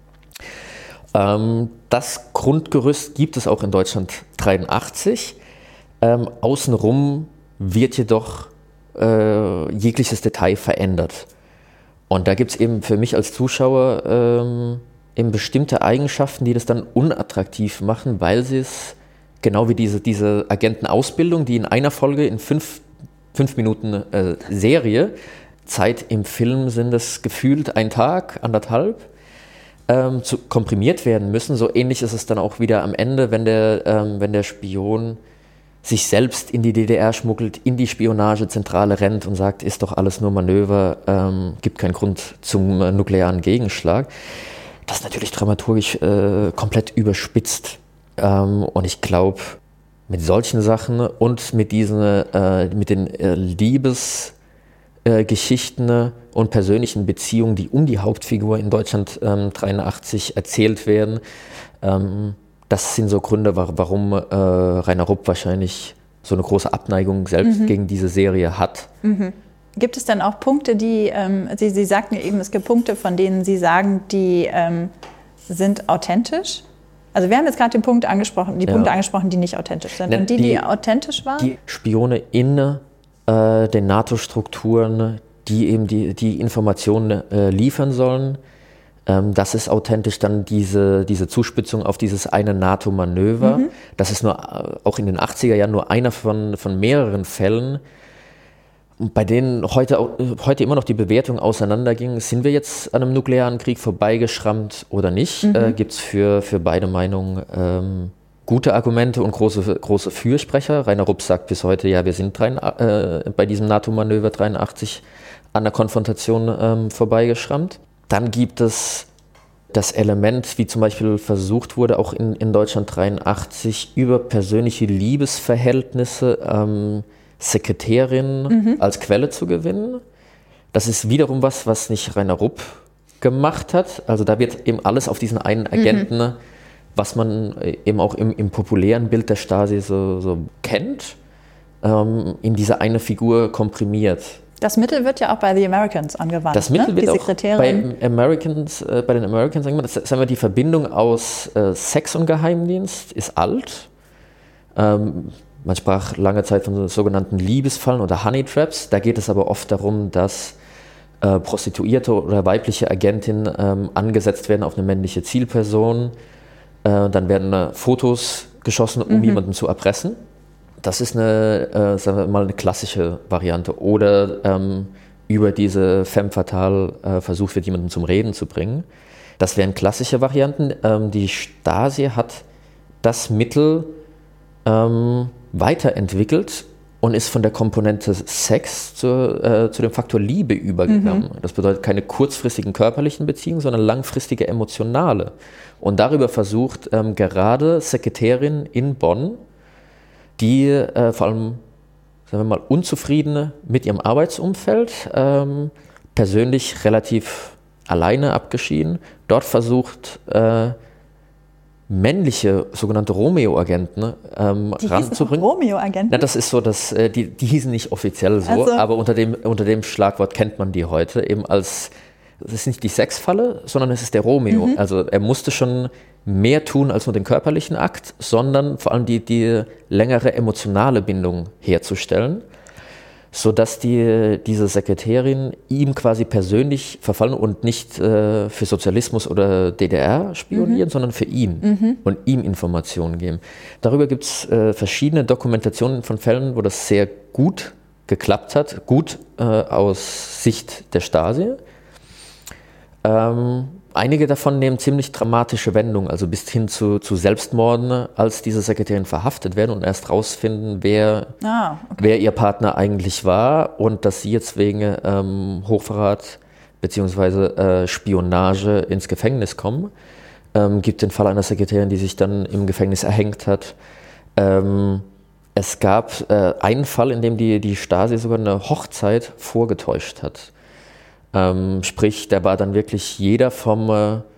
[SPEAKER 3] Ähm, das Grundgerüst gibt es auch in Deutschland dreiundachtzig. Ähm, außenrum wird jedoch äh, jegliches Detail verändert. Und da gibt es eben für mich als Zuschauer ähm, eben bestimmte Eigenschaften, die das dann unattraktiv machen, weil sie es, genau wie diese, diese Agentenausbildung, die in einer Folge in fünf, fünf Minuten äh, Serie, Zeit im Film sind es gefühlt ein Tag, anderthalb, ähm, zu, komprimiert werden müssen. So ähnlich ist es dann auch wieder am Ende, wenn der, ähm, wenn der Spion sich selbst in die D D R schmuggelt, in die Spionagezentrale rennt und sagt, ist doch alles nur Manöver, ähm, gibt keinen Grund zum äh, nuklearen Gegenschlag. Das ist natürlich dramaturgisch äh, komplett überspitzt. Ähm, und ich glaube, mit solchen Sachen und mit diesen, äh, mit den äh, Liebesgeschichten äh, und persönlichen Beziehungen, die um die Hauptfigur in Deutschland ähm, dreiundachtzig erzählt werden, ähm, das sind so Gründe, warum äh, Rainer Rupp wahrscheinlich so eine große Abneigung selbst mhm. gegen diese Serie hat.
[SPEAKER 2] Mhm. Gibt es dann auch Punkte, die, ähm, Sie, Sie sagten ja eben, es gibt Punkte, von denen Sie sagen, die ähm, sind authentisch? Also wir haben jetzt gerade den Punkt angesprochen, die ja. Punkte angesprochen, die nicht authentisch sind. Ne, und die, die, die authentisch waren?
[SPEAKER 3] Die Spione in äh, den NATO-Strukturen, die eben die, die Informationen äh, liefern sollen, ähm, das ist authentisch dann diese, diese Zuspitzung auf dieses eine NATO-Manöver. Mhm. Das ist nur äh, auch in den achtziger Jahren nur einer von, von mehreren Fällen, bei denen heute, heute immer noch die Bewertung auseinanderging, sind wir jetzt an einem nuklearen Krieg vorbeigeschrammt oder nicht? Mhm. Äh, Gibt es für, für beide Meinungen ähm, gute Argumente und große, große Fürsprecher? Rainer Rupp sagt bis heute, ja, wir sind drein, äh, bei diesem NATO-Manöver dreiundachtzig an der Konfrontation ähm, vorbeigeschrammt. Dann gibt es das Element, wie zum Beispiel versucht wurde, auch in, in Deutschland dreiundachtzig, über persönliche Liebesverhältnisse ähm, Sekretärinnen mhm. als Quelle zu gewinnen. Das ist wiederum was, was nicht Rainer Rupp gemacht hat. Also da wird eben alles auf diesen einen Agenten, mhm. was man eben auch im, im populären Bild der Stasi so, so kennt, ähm, in diese eine Figur komprimiert.
[SPEAKER 2] Das Mittel wird ja auch bei The Americans angewandt.
[SPEAKER 3] Das Mittel
[SPEAKER 2] ne?
[SPEAKER 3] wird
[SPEAKER 2] die
[SPEAKER 3] auch bei, Americans, äh, bei den Americans angewandt. Das, sagen wir, die Verbindung aus äh, Sex und Geheimdienst ist alt. Ähm, man sprach lange Zeit von sogenannten Liebesfallen oder Honey Traps. Da geht es aber oft darum, dass äh, Prostituierte oder weibliche Agentinnen ähm, angesetzt werden auf eine männliche Zielperson. Äh, dann werden äh, Fotos geschossen, um mhm. jemanden zu erpressen. Das ist eine, äh, sagen wir mal, eine klassische Variante. Oder ähm, über diese femme fatale äh, versucht wird, jemanden zum Reden zu bringen. Das wären klassische Varianten. Ähm, die Stasi hat das Mittel ähm, weiterentwickelt und ist von der Komponente Sex zu, äh, zu dem Faktor Liebe übergegangen. Mhm. Das bedeutet keine kurzfristigen körperlichen Beziehungen, sondern langfristige emotionale. Und darüber versucht ähm, gerade Sekretärin in Bonn, die äh, vor allem, sagen wir mal, Unzufriedene mit ihrem Arbeitsumfeld, ähm, persönlich relativ alleine abgeschieden, dort versucht, äh, männliche, sogenannte Romeo-Agenten ähm,
[SPEAKER 2] die
[SPEAKER 3] ranzubringen.
[SPEAKER 2] Romeo-Agenten?
[SPEAKER 3] Ja, das ist so, dass äh, die, die hießen nicht offiziell so, also. aber unter dem, unter dem Schlagwort kennt man die heute eben als, es ist nicht die Sexfalle, sondern es ist der Romeo. Mhm. Also er musste schon mehr tun als nur den körperlichen Akt, sondern vor allem die, die längere emotionale Bindung herzustellen, sodass die, diese Sekretärin ihm quasi persönlich verfallen und nicht äh, für Sozialismus oder D D R spionieren, mhm. sondern für ihn mhm. und ihm Informationen geben. Darüber gibt es äh, verschiedene Dokumentationen von Fällen, wo das sehr gut geklappt hat, gut äh, aus Sicht der Stasi. Ähm, Einige davon nehmen ziemlich dramatische Wendungen, also bis hin zu, zu Selbstmorden, als diese Sekretärin verhaftet werden und erst rausfinden, wer, ah, okay. wer ihr Partner eigentlich war und dass sie jetzt wegen ähm, Hochverrat bzw. Äh, Spionage ins Gefängnis kommen. Ähm, gibt den Fall einer Sekretärin, die sich dann im Gefängnis erhängt hat. Ähm, es gab äh, einen Fall, in dem die, die Stasi sogar eine Hochzeit vorgetäuscht hat. Ähm, sprich, da war dann wirklich jeder vom,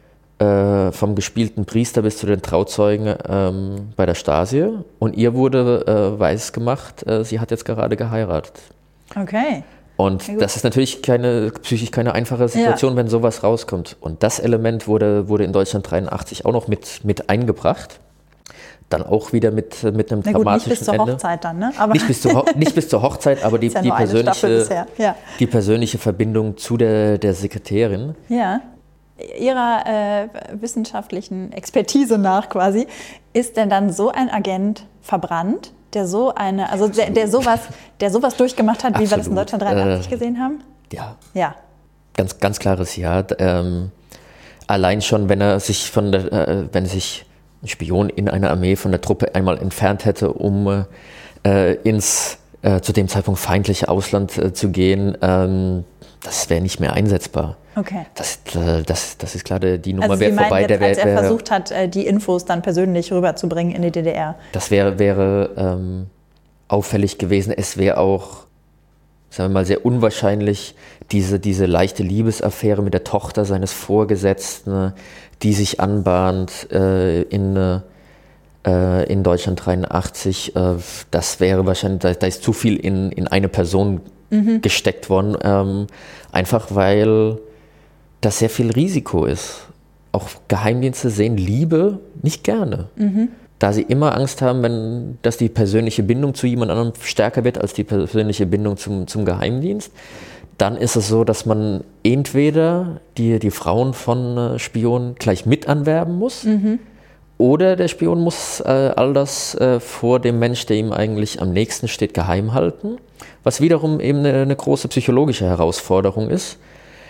[SPEAKER 3] äh, vom gespielten Priester bis zu den Trauzeugen ähm, bei der Stasi und ihr wurde äh, weiß gemacht, äh, sie hat jetzt gerade geheiratet.
[SPEAKER 2] Okay.
[SPEAKER 3] Und das ist natürlich keine, psychisch keine einfache Situation, ja. wenn sowas rauskommt. Und das Element wurde, wurde in Deutschland dreiundachtzig auch noch mit, mit eingebracht. Dann auch wieder mit, mit einem
[SPEAKER 2] Na gut,
[SPEAKER 3] dramatischen Ende.
[SPEAKER 2] Nicht bis zur
[SPEAKER 3] Ende.
[SPEAKER 2] Hochzeit dann, ne? Aber
[SPEAKER 3] nicht, bis zur Ho- nicht bis zur Hochzeit, aber die,
[SPEAKER 2] ja
[SPEAKER 3] die, persönliche,
[SPEAKER 2] ja.
[SPEAKER 3] die persönliche Verbindung zu der, der Sekretärin.
[SPEAKER 2] Ja. Ihrer äh, wissenschaftlichen Expertise nach quasi, ist denn dann so ein Agent verbrannt, der so eine, also der, der sowas, der sowas durchgemacht hat, wie Absolut. wir das in Deutschland dreiundachtzig äh, gesehen haben?
[SPEAKER 3] Ja.
[SPEAKER 2] Ja. Ganz,
[SPEAKER 3] ganz klares Ja. Ähm, allein schon, wenn er sich von der, äh, wenn sich ein Spion in einer Armee von der Truppe einmal entfernt hätte, um äh, ins äh, zu dem Zeitpunkt feindliche Ausland äh, zu gehen, ähm, das wäre nicht mehr einsetzbar.
[SPEAKER 2] Okay.
[SPEAKER 3] Das, äh, das, das ist klar, die Nummer
[SPEAKER 2] also
[SPEAKER 3] wäre vorbei.
[SPEAKER 2] Jetzt,
[SPEAKER 3] der wär,
[SPEAKER 2] als er
[SPEAKER 3] wär,
[SPEAKER 2] versucht hat, die Infos dann persönlich rüberzubringen in die D D R.
[SPEAKER 3] Das wäre, wäre ähm, auffällig gewesen. Es wäre auch, sagen wir mal, sehr unwahrscheinlich, diese, diese leichte Liebesaffäre mit der Tochter seines Vorgesetzten, die sich anbahnt äh, in, äh, in Deutschland dreiundachtzig. Äh, das wäre wahrscheinlich, da, da ist zu viel in, in eine Person mhm. gesteckt worden. Ähm, einfach weil das sehr viel Risiko ist. Auch Geheimdienste sehen Liebe nicht gerne. Mhm. Da sie immer Angst haben, wenn, dass die persönliche Bindung zu jemand anderem stärker wird als die persönliche Bindung zum, zum Geheimdienst. Dann ist es so, dass man entweder die, die Frauen von äh, Spionen gleich mit anwerben muss mhm. oder der Spion muss äh, all das äh, vor dem Mensch, der ihm eigentlich am nächsten steht, geheim halten, was wiederum eben eine, eine große psychologische Herausforderung ist.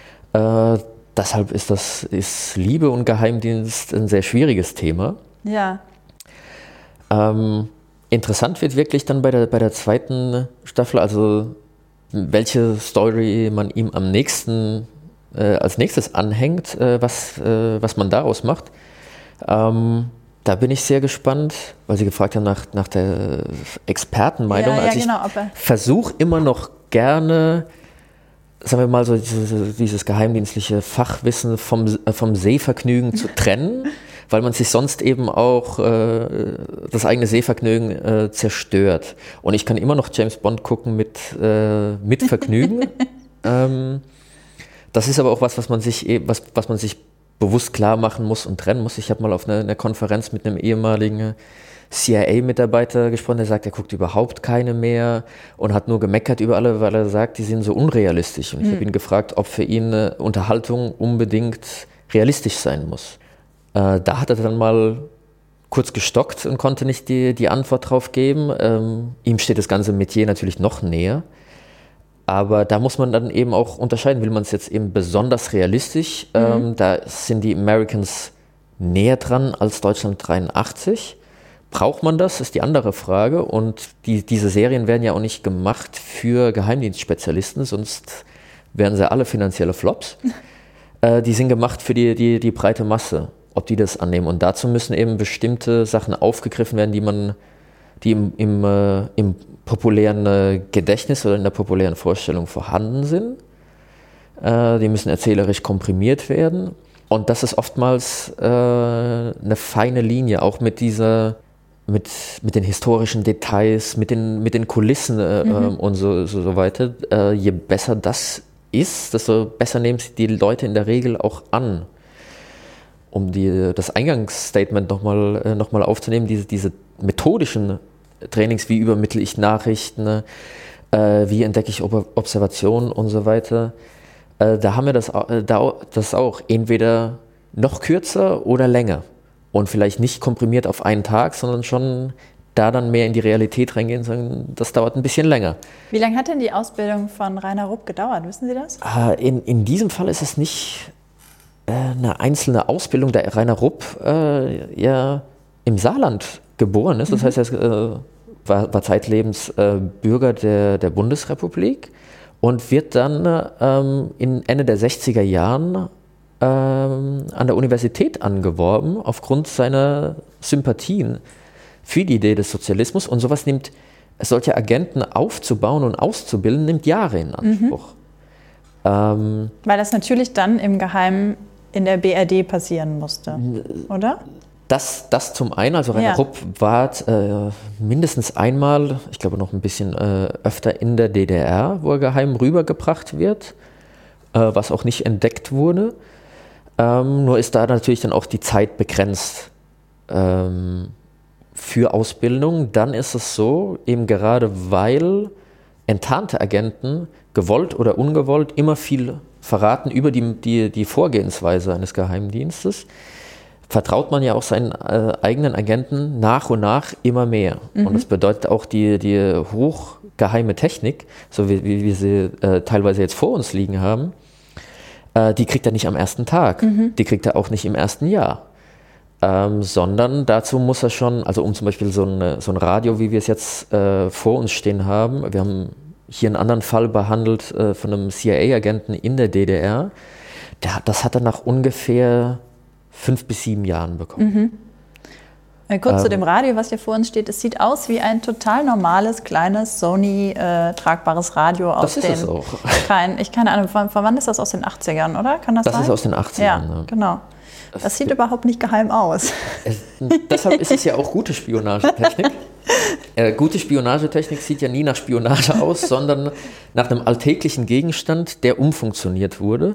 [SPEAKER 3] Äh, deshalb ist, das, ist Liebe und Geheimdienst ein sehr schwieriges Thema.
[SPEAKER 2] Ja.
[SPEAKER 3] Ähm, interessant wird wirklich dann bei der, bei der zweiten Staffel, also welche Story man ihm am nächsten äh, als nächstes anhängt, äh, was, äh, was man daraus macht. Ähm, da bin ich sehr gespannt, weil Sie gefragt haben nach, nach der Expertenmeinung.
[SPEAKER 2] Ja, ja,
[SPEAKER 3] also ich
[SPEAKER 2] genau,
[SPEAKER 3] versuche immer noch gerne, sagen wir mal, so dieses, dieses geheimdienstliche Fachwissen vom, vom Sehvergnügen zu trennen, weil man sich sonst eben auch äh, das eigene Sehvergnügen äh, zerstört. Und ich kann immer noch James Bond gucken mit, äh, mit Vergnügen. ähm, das ist aber auch was, was man sich, was, was man sich bewusst klar machen muss und trennen muss. Ich habe mal auf einer, einer Konferenz mit einem ehemaligen C I A-Mitarbeiter gesprochen, der sagt, er guckt überhaupt keine mehr und hat nur gemeckert über alle, weil er sagt, die sind so unrealistisch. Und ich mhm. habe ihn gefragt, ob für ihn eine Unterhaltung unbedingt realistisch sein muss. Äh, da hat er dann mal kurz gestockt und konnte nicht die, die Antwort drauf geben. Ähm, ihm steht das ganze Metier natürlich noch näher. Aber da muss man dann eben auch unterscheiden, will man es jetzt eben besonders realistisch, mhm. ähm, da sind die Americans näher dran als Deutschland dreiundachtzig. Braucht man das, ist die andere Frage. Und die, diese Serien werden ja auch nicht gemacht für Geheimdienstspezialisten, sonst wären sie alle finanzielle Flops. äh, die sind gemacht für die, die, die breite Masse, ob die das annehmen. Und dazu müssen eben bestimmte Sachen aufgegriffen werden, die man, die im, im, äh, im populären äh, Gedächtnis oder in der populären Vorstellung vorhanden sind. Äh, die müssen erzählerisch komprimiert werden. Und das ist oftmals äh, eine feine Linie, auch mit dieser, mit, mit den historischen Details, mit den, mit den Kulissen äh, mhm. und so, so, so weiter. Äh, je besser das ist, desto besser nehmen sie die Leute in der Regel auch an. Um die, das Eingangsstatement nochmal äh, noch mal aufzunehmen, diese, diese methodischen Trainings, wie übermittle ich Nachrichten, äh, wie entdecke ich Ob- Observationen und so weiter. Äh, da haben wir das, äh, da, das auch entweder noch kürzer oder länger und vielleicht nicht komprimiert auf einen Tag, sondern schon da dann mehr in die Realität reingehen und sagen, das dauert ein bisschen länger.
[SPEAKER 2] Wie lange hat denn die Ausbildung von Rainer Rupp gedauert? Wissen Sie das?
[SPEAKER 3] Äh, in, in diesem Fall ist es nicht äh, eine einzelne Ausbildung, da Rainer Rupp äh, ja im Saarland geboren ist. Das mhm. heißt, er äh, war, war zeitlebens äh, Bürger der, der Bundesrepublik und wird dann ähm, in Ende der sechziger Jahren ähm, an der Universität angeworben, aufgrund seiner Sympathien für die Idee des Sozialismus. Und sowas nimmt, solche Agenten aufzubauen und auszubilden, nimmt Jahre in Anspruch. Mhm. Ähm,
[SPEAKER 2] Weil das natürlich dann im Geheimen in der B R D passieren musste, oder?
[SPEAKER 3] Das, das zum einen, also Rainer ja. Rupp war äh, mindestens einmal, ich glaube noch ein bisschen äh, öfter in der D D R, wo er geheim rübergebracht wird, äh, was auch nicht entdeckt wurde. Ähm, nur ist da natürlich dann auch die Zeit begrenzt ähm, für Ausbildung. Dann ist es so, eben gerade weil enttarnte Agenten, gewollt oder ungewollt, immer viel verraten über die, die, die Vorgehensweise eines Geheimdienstes, vertraut man ja auch seinen äh, eigenen Agenten nach und nach immer mehr. Mhm. Und das bedeutet auch die, die hochgeheime Technik, so wie, wie wir sie äh, teilweise jetzt vor uns liegen haben, äh, die kriegt er nicht am ersten Tag, mhm. die kriegt er auch nicht im ersten Jahr. Ähm, sondern dazu muss er schon, also um zum Beispiel so ein, so ein Radio, wie wir es jetzt äh, vor uns stehen haben, wir haben hier einen anderen Fall behandelt äh, von einem C I A-Agenten in der D D R, der, das hat er nach ungefähr fünf bis sieben Jahren bekommen.
[SPEAKER 2] Mhm. Kurz ähm, zu dem Radio, was hier vor uns steht. Es sieht aus wie ein total normales, kleines Sony äh, tragbares Radio aus
[SPEAKER 3] das
[SPEAKER 2] den...
[SPEAKER 3] Das ist es auch.
[SPEAKER 2] Kein, ich keine Ahnung, von, von wann ist das? Aus den achtzigern, oder? Kann das,
[SPEAKER 3] das
[SPEAKER 2] sein?
[SPEAKER 3] Das ist aus den achtzigern.
[SPEAKER 2] Ja,
[SPEAKER 3] ja.
[SPEAKER 2] genau. Das, das sieht ja. überhaupt nicht geheim aus.
[SPEAKER 3] Es, deshalb ist es ja auch gute Spionagetechnik. äh, gute Spionagetechnik sieht ja nie nach Spionage aus, sondern nach einem alltäglichen Gegenstand, der umfunktioniert wurde.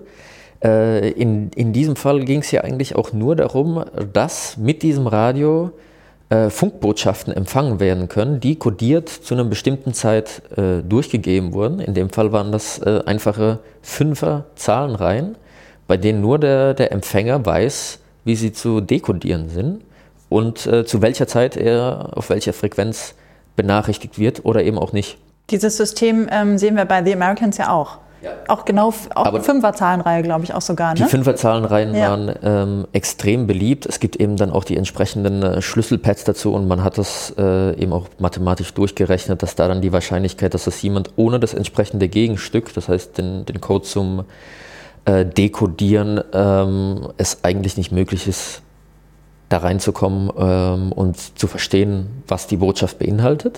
[SPEAKER 3] In, in diesem Fall ging es ja eigentlich auch nur darum, dass mit diesem Radio äh, Funkbotschaften empfangen werden können, die kodiert zu einer bestimmten Zeit äh, durchgegeben wurden. In dem Fall waren das äh, einfache Fünfer-Zahlenreihen, bei denen nur der, der Empfänger weiß, wie sie zu dekodieren sind und äh, zu welcher Zeit er auf welcher Frequenz benachrichtigt wird oder eben auch nicht.
[SPEAKER 2] Dieses System ähm, sehen wir bei The Americans ja auch. Ja. Auch genau, auch Fünfer-Zahlenreihe, glaube ich, auch sogar. Ne?
[SPEAKER 3] Die Fünfer-Zahlenreihen ja. waren ähm, extrem beliebt. Es gibt eben dann auch die entsprechenden äh, Schlüsselpads dazu und man hat das äh, eben auch mathematisch durchgerechnet, dass da dann die Wahrscheinlichkeit, dass das jemand ohne das entsprechende Gegenstück, das heißt den, den Code zum äh, dekodieren, ähm, es eigentlich nicht möglich ist, da reinzukommen ähm, und zu verstehen, was die Botschaft beinhaltet.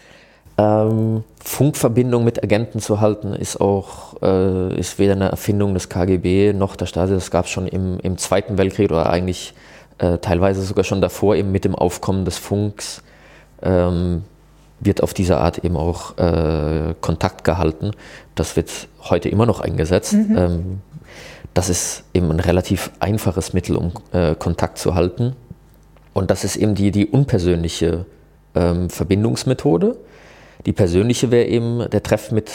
[SPEAKER 3] Ähm, Funkverbindung mit Agenten zu halten, ist auch äh, ist weder eine Erfindung des K G B noch der Stasi. Das gab es schon im, im Zweiten Weltkrieg oder eigentlich äh, teilweise sogar schon davor, eben mit dem Aufkommen des Funks, ähm, wird auf diese Art eben auch äh, Kontakt gehalten. Das wird heute immer noch eingesetzt. Mhm. Ähm, das ist eben ein relativ einfaches Mittel, um äh, Kontakt zu halten. Und das ist eben die, die unpersönliche ähm, Verbindungsmethode. Die persönliche wäre eben der Treff mit,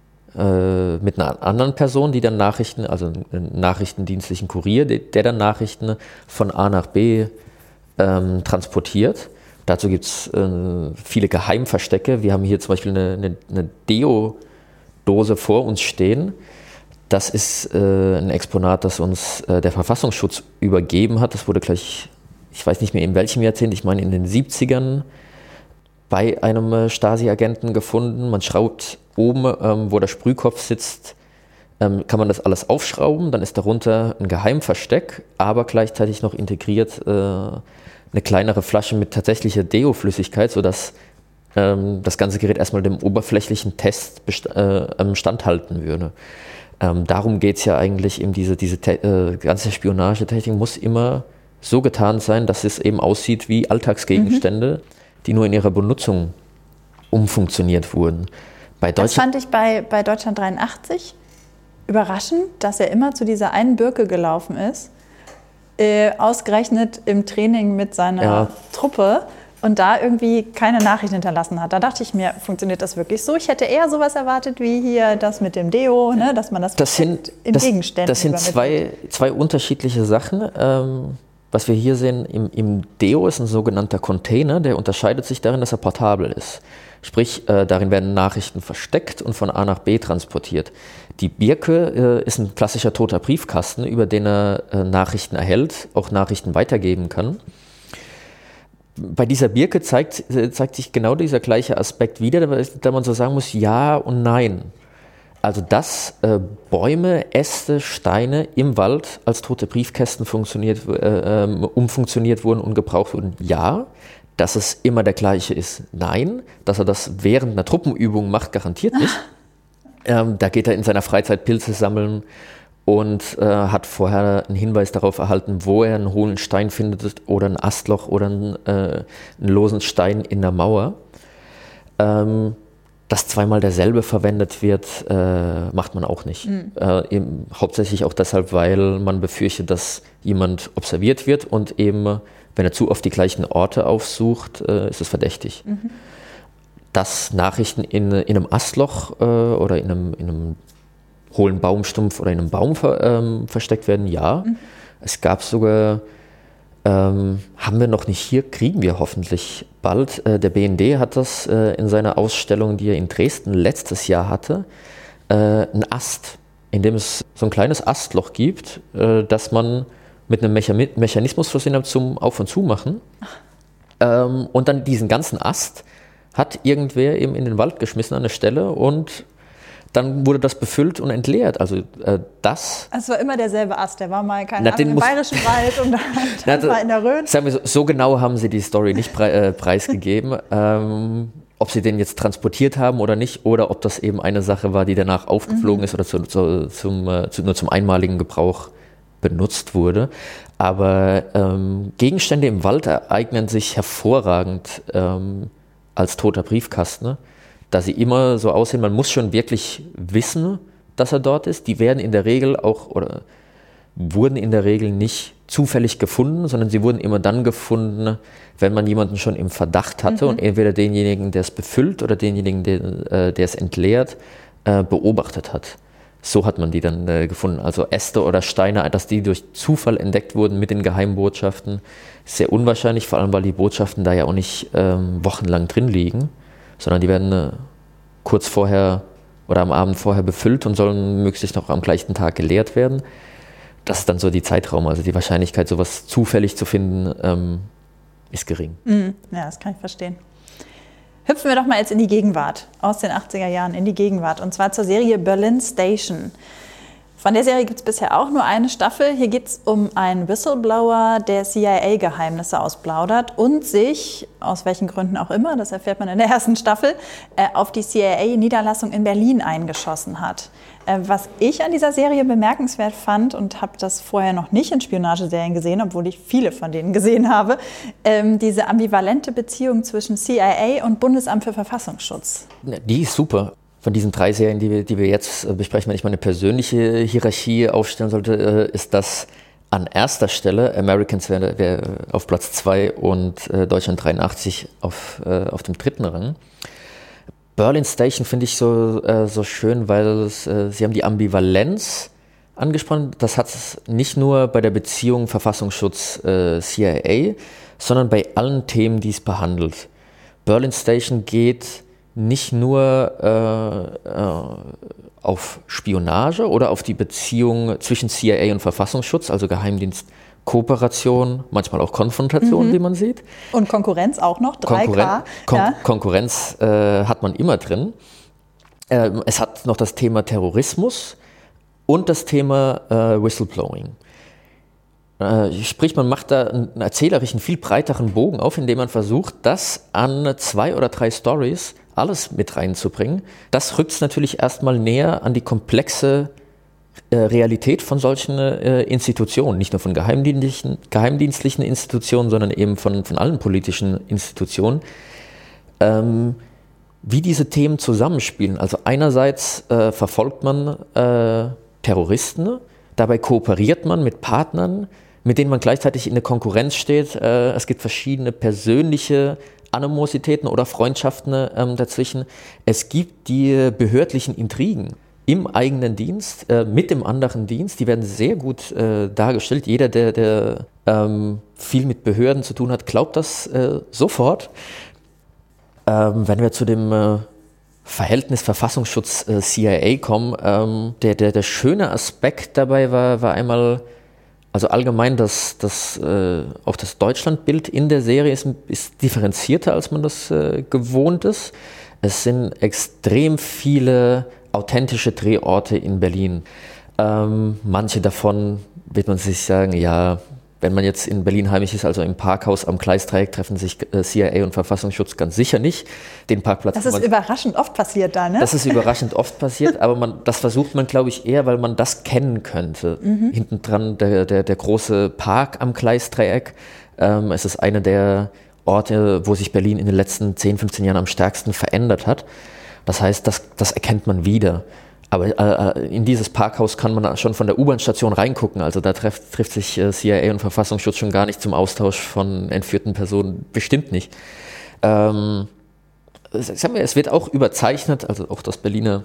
[SPEAKER 3] äh, mit einer anderen Person, die dann Nachrichten, also einen nachrichtendienstlichen Kurier, der, der dann Nachrichten von A nach B ähm, transportiert. Dazu gibt es äh, viele Geheimverstecke. Wir haben hier zum Beispiel eine, eine, eine Deo-Dose vor uns stehen. Das ist äh, ein Exponat, das uns äh, der Verfassungsschutz übergeben hat. Das wurde gleich, ich weiß nicht mehr in welchem Jahrzehnt, ich meine in den siebzigern, bei einem äh, Stasi-Agenten gefunden. Man schraubt oben, ähm, wo der Sprühkopf sitzt, ähm, kann man das alles aufschrauben. Dann ist darunter ein Geheimversteck, aber gleichzeitig noch integriert äh, eine kleinere Flasche mit tatsächlicher Deo-Flüssigkeit, sodass ähm, das ganze Gerät erstmal dem oberflächlichen Test best- äh, standhalten würde. Ähm, darum geht es ja eigentlich, eben diese, diese te- äh, ganze Spionagetechnik muss immer so getan sein, dass es eben aussieht wie Alltagsgegenstände, mhm. die nur in ihrer Benutzung umfunktioniert wurden. Bei
[SPEAKER 2] das fand ich bei, bei Deutschland dreiundachtzig überraschend, dass er immer zu dieser einen Birke gelaufen ist, äh, ausgerechnet im Training mit seiner ja. Truppe und da irgendwie keine Nachricht hinterlassen hat. Da dachte ich mir, funktioniert das wirklich so? Ich hätte eher sowas erwartet wie hier das mit dem Deo, ne, dass man das,
[SPEAKER 3] das sind,
[SPEAKER 2] in
[SPEAKER 3] das,
[SPEAKER 2] Gegenständen
[SPEAKER 3] Das sind zwei, zwei unterschiedliche Sachen. Ähm, Was wir hier sehen, im, im Deo ist ein sogenannter Container, der unterscheidet sich darin, dass er portabel ist. Sprich, äh, darin werden Nachrichten versteckt und von A nach B transportiert. Die Birke äh, ist ein klassischer toter Briefkasten, über den er äh, Nachrichten erhält, auch Nachrichten weitergeben kann. Bei dieser Birke zeigt, äh, zeigt sich genau dieser gleiche Aspekt wieder, da man so sagen muss, ja und nein. Also dass äh, Bäume, Äste, Steine im Wald als tote Briefkästen funktioniert, äh, ähm, umfunktioniert wurden und gebraucht wurden, ja. Dass es immer der gleiche ist, nein. Dass er das während einer Truppenübung macht, garantiert nicht. ähm, da geht er in seiner Freizeit Pilze sammeln und äh, hat vorher einen Hinweis darauf erhalten, wo er einen hohlen Stein findet oder ein Astloch oder einen, äh, einen losen Stein in der Mauer. Ähm, Dass zweimal derselbe verwendet wird, äh, macht man auch nicht. Mhm. Äh, eben, hauptsächlich auch deshalb, weil man befürchtet, dass jemand observiert wird und eben, wenn er zu oft die gleichen Orte aufsucht, äh, ist es verdächtig. Mhm. Dass Nachrichten in, in einem Astloch äh, oder in einem, in einem hohlen Baumstumpf oder in einem Baum ver, ähm, versteckt werden, ja. Mhm. Es gab sogar... Ähm, haben wir noch nicht hier, kriegen wir hoffentlich bald. Äh, der B N D hat das äh, in seiner Ausstellung, die er in Dresden letztes Jahr hatte, äh, ein Ast, in dem es so ein kleines Astloch gibt, äh, das man mit einem Mecha- Mechanismus versehen hat zum Auf- und Zumachen. Ähm, und dann diesen ganzen Ast hat irgendwer eben in den Wald geschmissen an eine Stelle und dann wurde das befüllt und entleert. Also äh, das...
[SPEAKER 2] Es war immer derselbe Ast, der war mal, keine Ahnung, im Bayerischen Wald und dann, dann war in der Rhön.
[SPEAKER 3] Sagen wir so, so genau haben sie die Story nicht pre- äh, preisgegeben. ähm, ob sie den jetzt transportiert haben oder nicht, oder ob das eben eine Sache war, die danach aufgeflogen mhm. ist oder zu, zu, zum, äh, zu, nur zum einmaligen Gebrauch benutzt wurde. Aber ähm, Gegenstände im Wald ereignen sich hervorragend ähm, als toter Briefkasten, ne? Da sie immer so aussehen, man muss schon wirklich wissen, dass er dort ist. Die werden in der Regel auch, oder wurden in der Regel nicht zufällig gefunden, sondern sie wurden immer dann gefunden, wenn man jemanden schon im Verdacht hatte mhm. und entweder denjenigen, der es befüllt oder denjenigen, der, äh, der es entleert, äh, beobachtet hat. So hat man die dann äh, gefunden. Also Äste oder Steine, dass die durch Zufall entdeckt wurden mit den Geheimbotschaften, ist sehr unwahrscheinlich, vor allem weil die Botschaften da ja auch nicht ähm, wochenlang drin liegen, sondern die werden äh, kurz vorher oder am Abend vorher befüllt und sollen möglichst noch am gleichen Tag geleert werden. Das ist dann so die Zeitraum, also die Wahrscheinlichkeit, sowas zufällig zu finden, ähm, ist gering.
[SPEAKER 2] Mm, ja, das kann ich verstehen. Hüpfen wir doch mal jetzt in die Gegenwart, aus den achtziger Jahren in die Gegenwart, und zwar zur Serie Berlin Station. Von der Serie gibt es bisher auch nur eine Staffel. Hier geht es um einen Whistleblower, der C I A-Geheimnisse ausplaudert und sich, aus welchen Gründen auch immer, das erfährt man in der ersten Staffel, äh, auf die C I A-Niederlassung in Berlin eingeschossen hat. Äh, was ich an dieser Serie bemerkenswert fand und habe das vorher noch nicht in Spionageserien gesehen, obwohl ich viele von denen gesehen habe, ähm, diese ambivalente Beziehung zwischen C I A und Bundesamt für Verfassungsschutz.
[SPEAKER 3] Die ist super. Von diesen drei Serien, die wir, die wir jetzt besprechen, wenn ich mal eine persönliche Hierarchie aufstellen sollte, ist das an erster Stelle. Americans wäre wär auf Platz zwei und äh, Deutschland dreiundachtzig auf, äh, auf dem dritten Rang. Berlin Station finde ich so, äh, so schön, weil es, äh, sie haben die Ambivalenz angesprochen. Das hat es nicht nur bei der Beziehung Verfassungsschutz äh, C I A, sondern bei allen Themen, die es behandelt. Berlin Station geht nicht nur äh, äh, auf Spionage oder auf die Beziehung zwischen C I A und Verfassungsschutz, also Geheimdienstkooperation, manchmal auch Konfrontation, mhm. wie man sieht.
[SPEAKER 2] Und Konkurrenz auch noch, drei K.
[SPEAKER 3] Konkurren- Kon-
[SPEAKER 2] ja.
[SPEAKER 3] Konkurrenz äh, hat man immer drin. Äh, es hat noch das Thema Terrorismus und das Thema äh, Whistleblowing. Sprich, man macht da einen erzählerischen, viel breiteren Bogen auf, indem man versucht, das an zwei oder drei Stories alles mit reinzubringen. Das rückt es natürlich erstmal näher an die komplexe äh, Realität von solchen äh, Institutionen, nicht nur von geheimdienstlichen, geheimdienstlichen Institutionen, sondern eben von, von allen politischen Institutionen, ähm, wie diese Themen zusammenspielen. Also einerseits äh, verfolgt man äh, Terroristen, dabei kooperiert man mit Partnern, mit denen man gleichzeitig in der Konkurrenz steht. Äh, es gibt verschiedene persönliche Animositäten oder Freundschaften ähm, dazwischen. Es gibt die behördlichen Intrigen im eigenen Dienst, äh, mit dem anderen Dienst. Die werden sehr gut äh, dargestellt. Jeder, der, der ähm, viel mit Behörden zu tun hat, glaubt das äh, sofort. Ähm, wenn wir zu dem äh, Verhältnis Verfassungsschutz äh, C I A kommen, ähm, der, der, der schöne Aspekt dabei war, war einmal, also allgemein, das, das, äh, auch das Deutschlandbild in der Serie ist, ist differenzierter, als man das äh, gewohnt ist. Es sind extrem viele authentische Drehorte in Berlin. Ähm, manche davon wird man sich sagen, ja, wenn man jetzt in Berlin heimisch ist, also im Parkhaus am Gleisdreieck, treffen sich äh, C I A und Verfassungsschutz ganz sicher nicht. Den Parkplatz.
[SPEAKER 2] Das ist man, überraschend oft passiert da, ne?
[SPEAKER 3] Das ist überraschend oft passiert, aber man, das versucht man, glaube ich, eher, weil man das kennen könnte. Mhm. Hinten dran der, der, der große Park am Gleisdreieck. Ähm, es ist einer der Orte, wo sich Berlin in den letzten zehn, fünfzehn Jahren am stärksten verändert hat. Das heißt, das, das erkennt man wieder. Aber äh, in dieses Parkhaus kann man schon von der U-Bahn-Station reingucken. Also da treff, trifft sich äh, C I A und Verfassungsschutz schon gar nicht zum Austausch von entführten Personen. Bestimmt nicht. Ähm, sagen wir, es wird auch überzeichnet, also auch das Berliner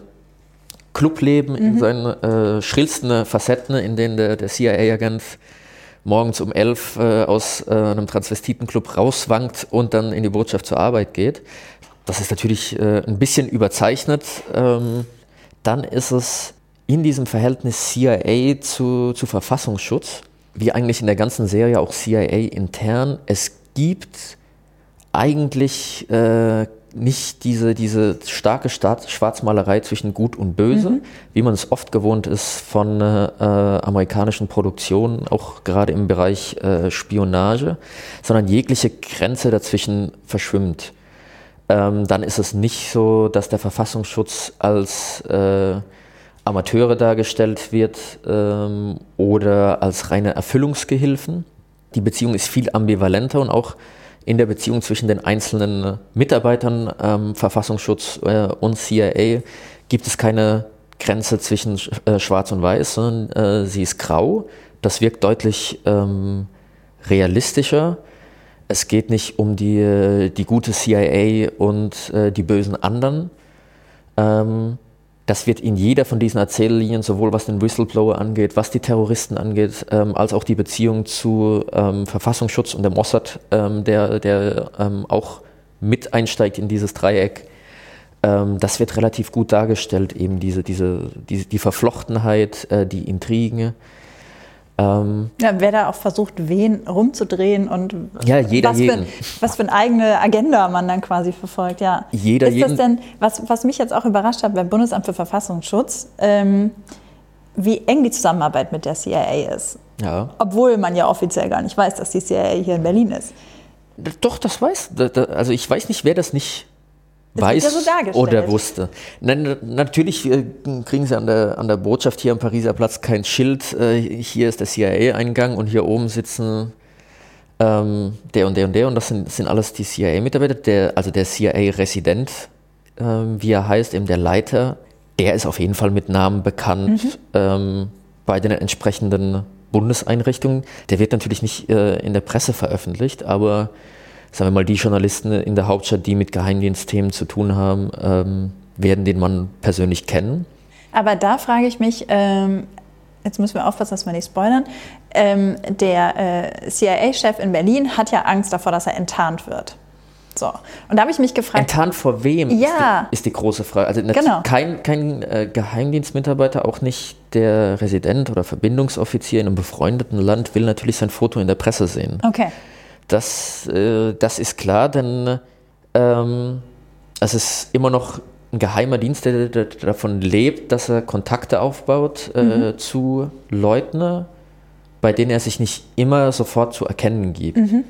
[SPEAKER 3] Clubleben mhm. in seinen äh, schrillsten Facetten, in denen der, der C I A-Agent morgens um elf äh, aus äh, einem Transvestitenclub rauswankt und dann in die Botschaft zur Arbeit geht. Das ist natürlich äh, ein bisschen überzeichnet. Ähm, Dann ist es in diesem Verhältnis C I A zu, zu Verfassungsschutz, wie eigentlich in der ganzen Serie auch C I A intern. Es gibt eigentlich äh, nicht diese, diese starke Staat- Schwarzmalerei zwischen Gut und Böse, mhm. wie man es oft gewohnt ist von äh, amerikanischen Produktionen, auch gerade im Bereich äh, Spionage, sondern jegliche Grenze dazwischen verschwimmt. Ähm, dann ist es nicht so, dass der Verfassungsschutz als äh, Amateure dargestellt wird ähm, oder als reine Erfüllungsgehilfen. Die Beziehung ist viel ambivalenter und auch in der Beziehung zwischen den einzelnen Mitarbeitern ähm, Verfassungsschutz äh, und C I A gibt es keine Grenze zwischen äh, Schwarz und Weiß, sondern äh, sie ist grau. Das wirkt deutlich ähm, realistischer. Es geht nicht um die, die gute C I A und äh, die bösen anderen. Ähm, das wird in jeder von diesen Erzähllinien, sowohl was den Whistleblower angeht, was die Terroristen angeht, ähm, als auch die Beziehung zu ähm, Verfassungsschutz und dem Mossad, ähm, der, der ähm, auch mit einsteigt in dieses Dreieck. Ähm, das wird relativ gut dargestellt, eben diese, diese, die, die Verflochtenheit, äh, die Intrigen. Ähm,
[SPEAKER 2] ja, wer da auch versucht, wen rumzudrehen und
[SPEAKER 3] ja, jeder
[SPEAKER 2] was, für, was für eine eigene Agenda man dann quasi verfolgt. Ja.
[SPEAKER 3] Jeder
[SPEAKER 2] ist das
[SPEAKER 3] jeden.
[SPEAKER 2] denn, was, was mich jetzt auch überrascht hat beim Bundesamt für Verfassungsschutz, ähm, wie eng die Zusammenarbeit mit der C I A ist.
[SPEAKER 3] Ja.
[SPEAKER 2] Obwohl man ja offiziell gar nicht weiß, dass die C I A hier in Berlin ist.
[SPEAKER 3] Doch, das weiß. Also ich weiß nicht, wer das nicht
[SPEAKER 2] das
[SPEAKER 3] weiß
[SPEAKER 2] wird ja so dargestellt.
[SPEAKER 3] Oder wusste. Nein, natürlich äh, kriegen sie an der, an der Botschaft hier am Pariser Platz kein Schild. Äh, hier ist der C I A-Eingang und hier oben sitzen ähm, der und der und der. Und das sind, das sind alles die C I A-Mitarbeiter. Der, also der C I A-Resident, äh, wie er heißt, eben der Leiter, der ist auf jeden Fall mit Namen bekannt mhm. ähm, bei den entsprechenden Bundeseinrichtungen. Der wird natürlich nicht äh, in der Presse veröffentlicht, aber sagen wir mal, die Journalisten in der Hauptstadt, die mit Geheimdienstthemen zu tun haben, ähm, werden den Mann persönlich kennen.
[SPEAKER 2] Aber da frage ich mich, ähm, jetzt müssen wir aufpassen, dass wir nicht spoilern, ähm, der äh, C I A-Chef in Berlin hat ja Angst davor, dass er enttarnt wird. So. Und da habe ich mich gefragt...
[SPEAKER 3] Enttarnt vor wem,
[SPEAKER 2] ja.
[SPEAKER 3] ist, die, ist die große Frage. Also
[SPEAKER 2] genau.
[SPEAKER 3] kein, kein äh, Geheimdienstmitarbeiter, auch nicht der Resident oder Verbindungsoffizier in einem befreundeten Land, will natürlich sein Foto in der Presse sehen.
[SPEAKER 2] Okay.
[SPEAKER 3] Das, äh, das ist klar, denn ähm, es ist immer noch ein geheimer Dienst, der, der davon lebt, dass er Kontakte aufbaut äh, mhm. zu Leuten, bei denen er sich nicht immer sofort zu erkennen gibt. Mhm.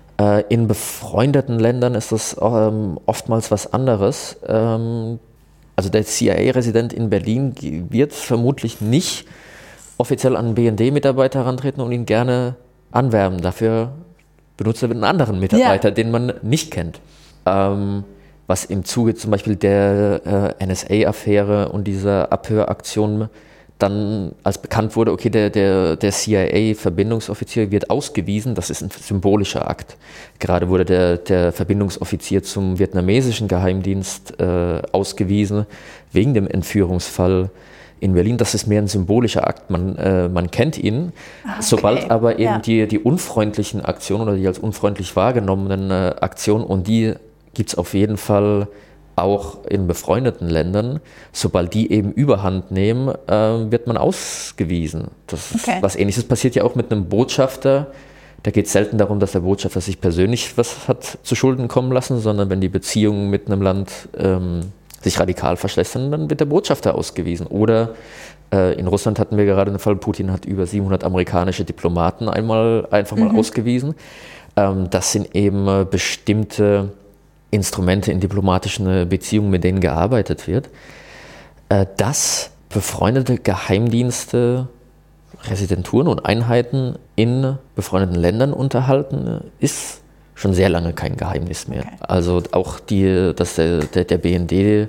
[SPEAKER 3] In befreundeten Ländern ist das ähm, oftmals was anderes. Ähm, also der C I A-Resident in Berlin wird vermutlich nicht offiziell an einen B N D-Mitarbeiter herantreten und ihn gerne anwerben. Dafür benutzt er einen anderen Mitarbeiter, ja. den man nicht kennt. Ähm, was im Zuge zum Beispiel der äh, N S A-Affäre und dieser Abhöraktion dann, als bekannt wurde, okay, der, der, der C I A-Verbindungsoffizier wird ausgewiesen, das ist ein symbolischer Akt. Gerade wurde der, der Verbindungsoffizier zum vietnamesischen Geheimdienst äh, ausgewiesen, wegen dem Entführungsfall in Berlin. Das ist mehr ein symbolischer Akt, man, äh, man kennt ihn. Okay. Sobald aber eben ja. die, die unfreundlichen Aktionen oder die als unfreundlich wahrgenommenen äh, Aktionen, und die gibt es auf jeden Fall auch in befreundeten Ländern, sobald die eben Überhand nehmen, äh, wird man ausgewiesen. Das okay. ist was Ähnliches passiert ja auch mit einem Botschafter. Da geht es selten darum, dass der Botschafter sich persönlich was hat zu Schulden kommen lassen, sondern wenn die Beziehungen mit einem Land ähm, sich radikal verschlechtern, dann wird der Botschafter ausgewiesen. Oder äh, in Russland hatten wir gerade einen Fall, Putin hat über siebenhundert amerikanische Diplomaten einmal einfach mal mhm. ausgewiesen. Ähm, das sind eben äh, bestimmte Instrumente in diplomatischen Beziehungen, mit denen gearbeitet wird, dass befreundete Geheimdienste Residenturen und Einheiten in befreundeten Ländern unterhalten, ist schon sehr lange kein Geheimnis mehr. Okay. Also auch die, dass der, der, der B N D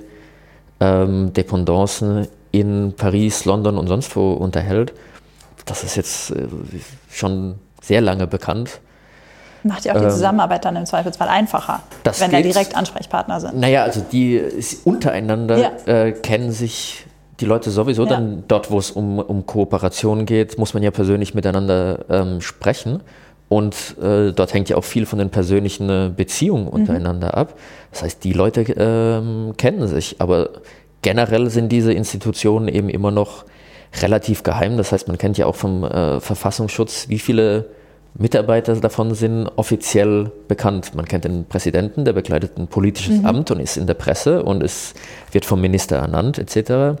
[SPEAKER 3] ähm, Dependancen in Paris, London und sonst wo unterhält, das ist jetzt äh, schon sehr lange bekannt.
[SPEAKER 2] Macht ja auch die Zusammenarbeit dann im Zweifelsfall einfacher, wenn da direkt Ansprechpartner sind.
[SPEAKER 3] Naja, also die untereinander ja. äh, kennen sich die Leute sowieso. Ja. Dann dort, wo es um, um Kooperation geht, muss man ja persönlich miteinander ähm, sprechen. Und äh, dort hängt ja auch viel von den persönlichen äh, Beziehungen untereinander mhm. ab. Das heißt, die Leute ähm, kennen sich. Aber generell sind diese Institutionen eben immer noch relativ geheim. Das heißt, man kennt ja auch vom äh, Verfassungsschutz, wie viele Mitarbeiter davon sind offiziell bekannt. Man kennt den Präsidenten, der bekleidet ein politisches mhm. Amt und ist in der Presse und ist, wird vom Minister ernannt et cetera.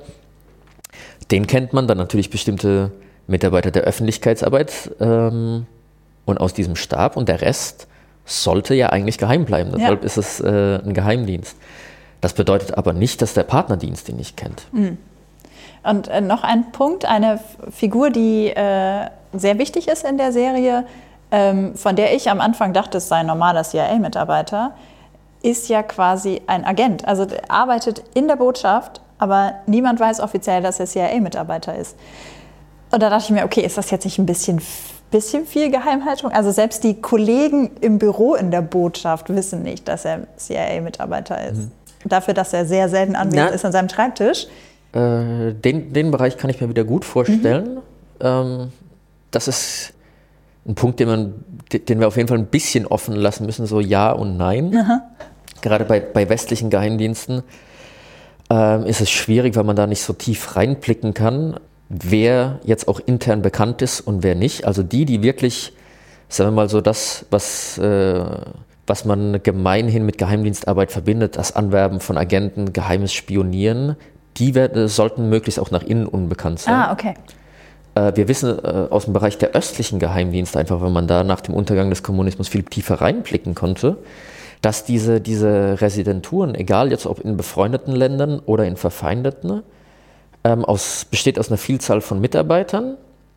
[SPEAKER 3] Den kennt man, dann natürlich bestimmte Mitarbeiter der Öffentlichkeitsarbeit ähm, und aus diesem Stab, und der Rest sollte ja eigentlich geheim bleiben. Deshalb ja. ist es äh, ein Geheimdienst. Das bedeutet aber nicht, dass der Partnerdienst ihn nicht kennt.
[SPEAKER 2] Mhm. Und äh, noch ein Punkt, eine Figur, die äh, sehr wichtig ist in der Serie, ähm, von der ich am Anfang dachte, es sei ein normaler C I A-Mitarbeiter, ist ja quasi ein Agent. Also der arbeitet in der Botschaft, aber niemand weiß offiziell, dass er C I A-Mitarbeiter ist. Und da dachte ich mir, okay, ist das jetzt nicht ein bisschen, bisschen viel Geheimhaltung? Also selbst die Kollegen im Büro in der Botschaft wissen nicht, dass er C I A-Mitarbeiter ist. Mhm. Dafür, dass er sehr selten anwesend ist an seinem Schreibtisch.
[SPEAKER 3] Äh, den, den Bereich kann ich mir wieder gut vorstellen. Mhm. Ähm, das ist ein Punkt, den, man, den wir auf jeden Fall ein bisschen offen lassen müssen, so Ja und Nein. Aha. Gerade bei, bei westlichen Geheimdiensten ähm, ist es schwierig, weil man da nicht so tief reinblicken kann, wer jetzt auch intern bekannt ist und wer nicht. Also die, die wirklich, sagen wir mal so, das, was, äh, was man gemeinhin mit Geheimdienstarbeit verbindet, das Anwerben von Agenten, geheimes Spionieren, die werden, sollten möglichst auch nach innen unbekannt sein.
[SPEAKER 2] Ah, okay.
[SPEAKER 3] Äh, wir wissen äh, aus dem Bereich der östlichen Geheimdienste, einfach weil man da nach dem Untergang des Kommunismus viel tiefer reinblicken konnte, dass diese, diese Residenturen, egal jetzt ob in befreundeten Ländern oder in verfeindeten, ähm, aus, besteht aus einer Vielzahl von Mitarbeitern.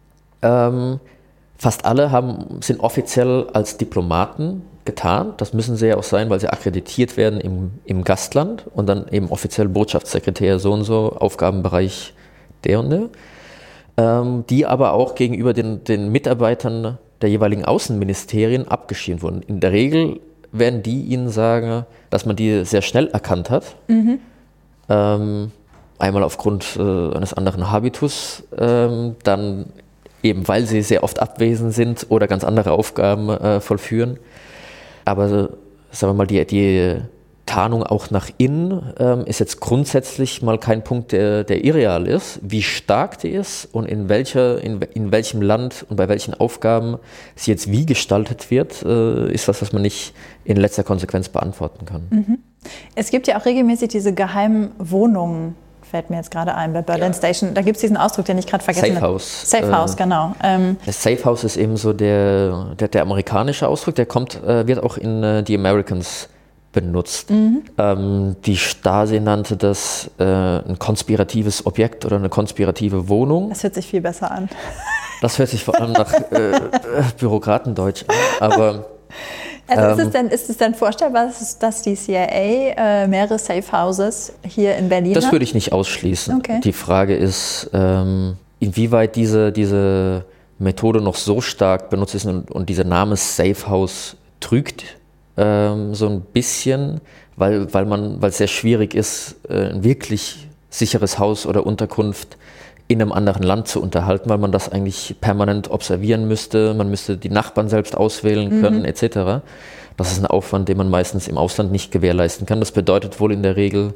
[SPEAKER 3] Ähm, fast alle haben, sind offiziell als Diplomaten getarnt. Das müssen sie ja auch sein, weil sie akkreditiert werden im, im Gastland und dann eben offiziell Botschaftssekretär so und so, Aufgabenbereich der und der. Ähm, die aber auch gegenüber den, den Mitarbeitern der jeweiligen Außenministerien abgeschirmt wurden. In der Regel werden die ihnen sagen, dass man die sehr schnell erkannt hat. Mhm. Ähm, einmal aufgrund äh, eines anderen Habitus, ähm, dann eben weil sie sehr oft abwesend sind oder ganz andere Aufgaben äh, vollführen. Aber sagen wir mal, die, die Tarnung auch nach innen ähm, ist jetzt grundsätzlich mal kein Punkt, der, der irreal ist. Wie stark die ist und in, welcher, in, in welchem Land und bei welchen Aufgaben sie jetzt wie gestaltet wird, äh, ist was, was man nicht in letzter Konsequenz beantworten kann.
[SPEAKER 2] Mhm. Es gibt ja auch regelmäßig diese geheimen Wohnungen, fällt mir jetzt gerade ein, bei Berlin ja. Station. Da gibt es diesen Ausdruck, den ich gerade vergessen habe.
[SPEAKER 3] Safe House.
[SPEAKER 2] Safe House, äh, genau. Ähm,
[SPEAKER 3] das Safe House ist eben so der, der, der amerikanische Ausdruck, der kommt, äh, wird auch in äh, The Americans benutzt. Mhm. Ähm, die Stasi nannte das äh, ein konspiratives Objekt oder eine konspirative Wohnung.
[SPEAKER 2] Das hört sich viel besser an.
[SPEAKER 3] Das hört sich vor allem nach äh, Bürokratendeutsch an, aber
[SPEAKER 2] also
[SPEAKER 3] ähm,
[SPEAKER 2] ist, es denn, ist es denn vorstellbar, dass die C I A äh, mehrere Safe Houses hier in Berlin
[SPEAKER 3] das
[SPEAKER 2] hat?
[SPEAKER 3] Das würde ich nicht ausschließen.
[SPEAKER 2] Okay.
[SPEAKER 3] Die Frage ist, ähm, inwieweit diese, diese Methode noch so stark benutzt ist und, und dieser Name Safe House trügt ähm, so ein bisschen, weil, weil man, weil es sehr schwierig ist, äh, ein wirklich sicheres Haus oder Unterkunft in einem anderen Land zu unterhalten, weil man das eigentlich permanent observieren müsste. Man müsste die Nachbarn selbst auswählen können, mhm. et cetera. Das ist ein Aufwand, den man meistens im Ausland nicht gewährleisten kann. Das bedeutet wohl in der Regel,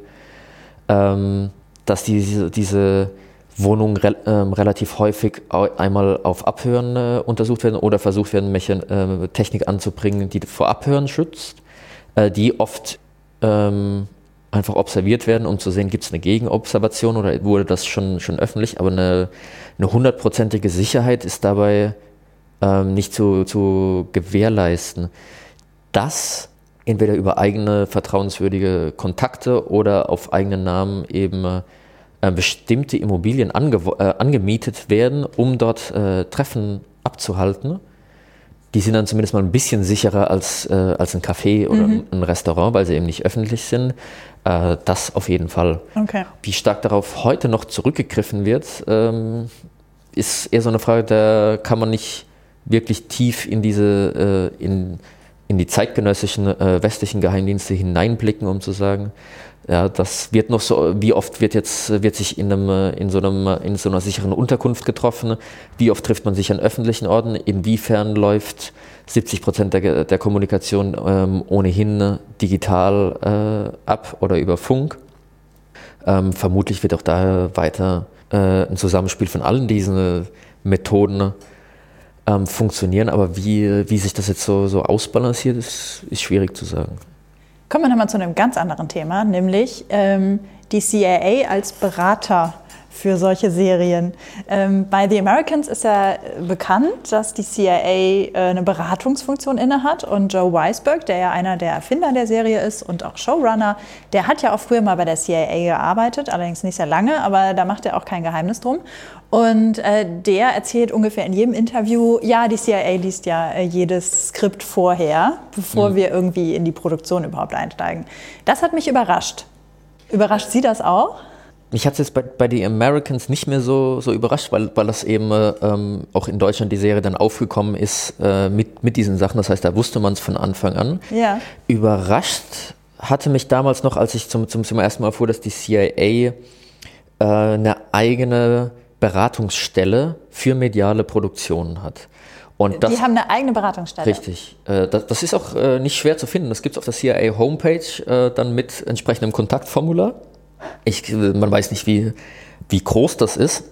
[SPEAKER 3] ähm, dass diese, diese Wohnungen re ähm, relativ häufig einmal auf Abhören äh, untersucht werden oder versucht werden, Mechan äh, Technik anzubringen, die vor Abhören schützt, äh, die oft ähm, einfach observiert werden, um zu sehen, gibt es eine Gegenobservation oder wurde das schon, schon öffentlich, aber eine, eine hundertprozentige Sicherheit ist dabei ähm, nicht zu, zu gewährleisten. Das entweder über eigene vertrauenswürdige Kontakte oder auf eigenen Namen eben äh, bestimmte Immobilien ange äh, angemietet werden, um dort äh, Treffen abzuhalten. Die sind dann zumindest mal ein bisschen sicherer als, äh, als ein Café oder mhm. ein Restaurant, weil sie eben nicht öffentlich sind. Äh, das auf jeden Fall.
[SPEAKER 2] Okay.
[SPEAKER 3] Wie stark darauf heute noch zurückgegriffen wird, ähm, ist eher so eine Frage, da kann man nicht wirklich tief in diese, äh, in, in die zeitgenössischen äh, westlichen Geheimdienste hineinblicken, um zu sagen, ja, das wird noch so, wie oft wird jetzt, wird sich in einem, in so einem, in so einer sicheren Unterkunft getroffen, wie oft trifft man sich an öffentlichen Orten, inwiefern läuft siebzig Prozent der, der Kommunikation ähm, ohnehin digital äh, ab oder über Funk. Ähm, vermutlich wird auch da weiter äh, ein Zusammenspiel von allen diesen Methoden ähm, funktionieren, aber wie, wie sich das jetzt so, so ausbalanciert, ist, ist schwierig zu sagen.
[SPEAKER 2] Kommen wir nochmal zu einem ganz anderen Thema, nämlich ähm, die C I A als Berater für solche Serien. Ähm, bei The Americans ist ja bekannt, dass die C I A äh, eine Beratungsfunktion innehat und Joe Weisberg, der ja einer der Erfinder der Serie ist und auch Showrunner, der hat ja auch früher mal bei der C I A gearbeitet, allerdings nicht sehr lange, aber da macht er auch kein Geheimnis drum. Und äh, der erzählt ungefähr in jedem Interview, ja, die C I A liest ja äh, jedes Skript vorher, bevor mhm. wir irgendwie in die Produktion überhaupt einsteigen. Das hat mich überrascht. Überrascht Sie das auch?
[SPEAKER 3] Mich hat es jetzt bei, bei The Americans nicht mehr so, so überrascht, weil, weil das eben ähm, auch in Deutschland die Serie dann aufgekommen ist äh, mit, mit diesen Sachen. Das heißt, da wusste man es von Anfang an.
[SPEAKER 2] Ja.
[SPEAKER 3] Überrascht hatte mich damals noch, als ich zum, zum, zum ersten Mal erfuhr, dass die C I A äh, eine eigene Beratungsstelle für mediale Produktionen hat. Und das,
[SPEAKER 2] die haben eine eigene Beratungsstelle?
[SPEAKER 3] Richtig. Äh, das, das ist auch äh, nicht schwer zu finden. Das gibt es auf der C I A-Homepage äh, dann mit entsprechendem Kontaktformular. Ich, man weiß nicht, wie, wie groß das ist.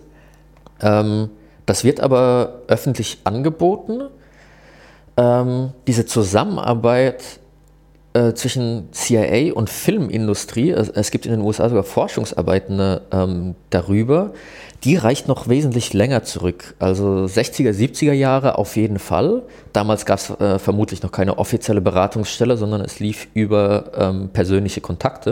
[SPEAKER 3] Ähm, das wird aber öffentlich angeboten. Ähm, diese Zusammenarbeit äh, zwischen C I A und Filmindustrie, es, es gibt in den U S A sogar Forschungsarbeiten ähm, darüber, die reicht noch wesentlich länger zurück. Also sechziger, siebziger Jahre auf jeden Fall. Damals gab es äh, vermutlich noch keine offizielle Beratungsstelle, sondern es lief über ähm, persönliche Kontakte.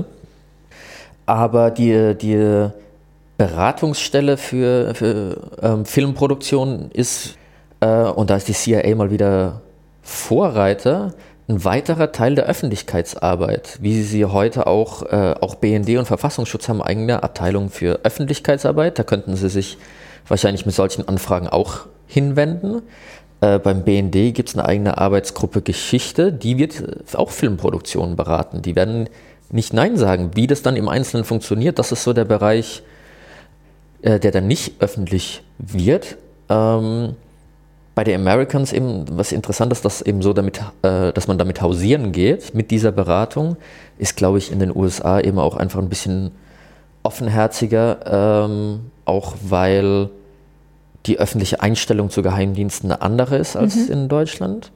[SPEAKER 3] Aber die, die Beratungsstelle für, für ähm, Filmproduktion ist, äh, und da ist die C I A mal wieder Vorreiter, ein weiterer Teil der Öffentlichkeitsarbeit, wie sie heute auch, äh, auch B N D und Verfassungsschutz haben eigene Abteilungen für Öffentlichkeitsarbeit. Da könnten sie sich wahrscheinlich mit solchen Anfragen auch hinwenden. Äh, beim B N D gibt es eine eigene Arbeitsgruppe Geschichte, die wird auch Filmproduktionen beraten. Die werden nicht Nein sagen. Wie das dann im Einzelnen funktioniert, das ist so der Bereich, äh, der dann nicht öffentlich wird. Ähm, Bei den Americans eben, was interessant ist, dass eben so damit, äh, dass man damit hausieren geht mit dieser Beratung, ist, glaube ich, in den U S A eben auch einfach ein bisschen offenherziger, ähm, auch weil die öffentliche Einstellung zu Geheimdiensten eine andere ist als mhm. in Deutschland.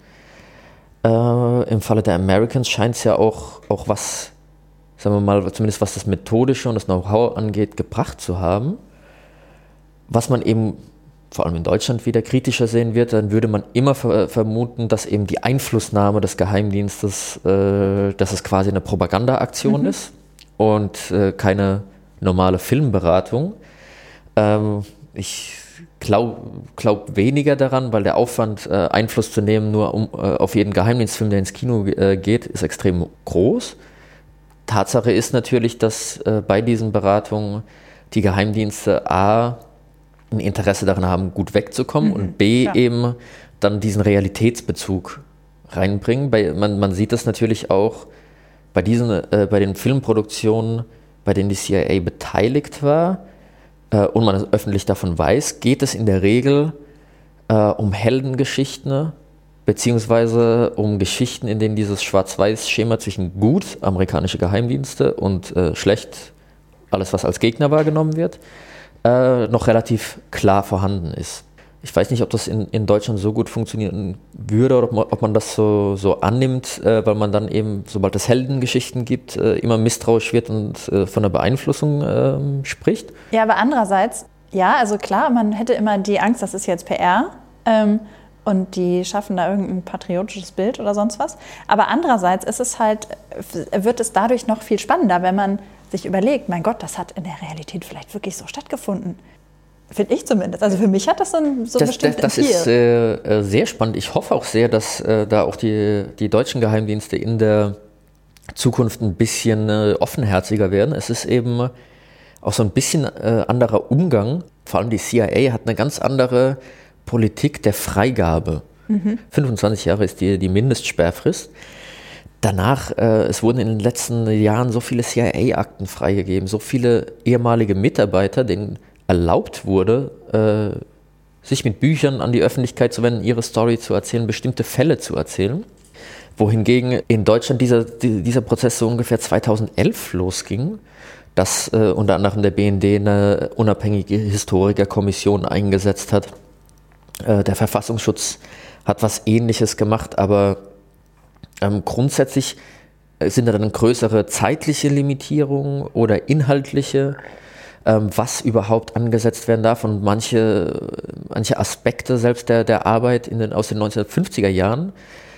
[SPEAKER 3] Äh, Im Falle der Americans scheint es ja auch, auch was, sagen wir mal, zumindest was das Methodische und das Know-how angeht, gebracht zu haben. Was man eben vor allem in Deutschland wieder kritischer sehen wird, dann würde man immer ver- vermuten, dass eben die Einflussnahme des Geheimdienstes, äh, dass es quasi eine Propagandaaktion mhm. ist und äh, keine normale Filmberatung. Ähm, ich glaube glaub weniger daran, weil der Aufwand, äh, Einfluss zu nehmen, nur um, äh, auf jeden Geheimdienstfilm, der ins Kino äh, geht, ist extrem groß. Tatsache ist natürlich, dass äh, bei diesen Beratungen die Geheimdienste A ein Interesse daran haben, gut wegzukommen mhm, und B, klar. eben dann diesen Realitätsbezug reinbringen. Bei, man, man sieht das natürlich auch bei, diesen, äh, bei den Filmproduktionen, bei denen die C I A beteiligt war äh, und man öffentlich davon weiß, geht es in der Regel äh, um Heldengeschichten beziehungsweise um Geschichten, in denen dieses Schwarz-Weiß-Schema zwischen gut, amerikanische Geheimdienste, und äh, schlecht, alles was als Gegner wahrgenommen wird, Äh, noch relativ klar vorhanden ist. Ich weiß nicht, ob das in, in Deutschland so gut funktionieren würde oder ob man, ob man das so, so annimmt, äh, weil man dann eben, sobald es Heldengeschichten gibt, äh, immer misstrauisch wird und äh, von der Beeinflussung äh, spricht.
[SPEAKER 2] Ja, aber andererseits, ja, also klar, man hätte immer die Angst, das ist jetzt P R ähm, und die schaffen da irgendein patriotisches Bild oder sonst was. Aber andererseits ist es halt, wird es dadurch noch viel spannender, wenn man sich überlegt, mein Gott, das hat in der Realität vielleicht wirklich so stattgefunden. Finde ich zumindest. Also für mich hat das so, ein, so
[SPEAKER 3] das,
[SPEAKER 2] bestimmt
[SPEAKER 3] Das, das ist äh, sehr spannend. Ich hoffe auch sehr, dass äh, da auch die, die deutschen Geheimdienste in der Zukunft ein bisschen äh, offenherziger werden. Es ist eben auch so ein bisschen äh, anderer Umgang. Vor allem die C I A hat eine ganz andere Politik der Freigabe. Mhm. fünfundzwanzig Jahre ist die, die Mindestsperrfrist. Danach, äh, es wurden in den letzten Jahren so viele C I A-Akten freigegeben, so viele ehemalige Mitarbeiter, denen erlaubt wurde, äh, sich mit Büchern an die Öffentlichkeit zu wenden, ihre Story zu erzählen, bestimmte Fälle zu erzählen. Wohingegen in Deutschland dieser, dieser Prozess so ungefähr zweitausendelf losging, dass äh, unter anderem der B N D eine unabhängige Historikerkommission eingesetzt hat. Äh, der Verfassungsschutz hat was Ähnliches gemacht, aber Ähm, grundsätzlich sind da dann größere zeitliche Limitierungen oder inhaltliche, ähm, was überhaupt angesetzt werden darf, und manche, manche Aspekte selbst der, der Arbeit in den, aus den neunzehnhundertfünfziger Jahren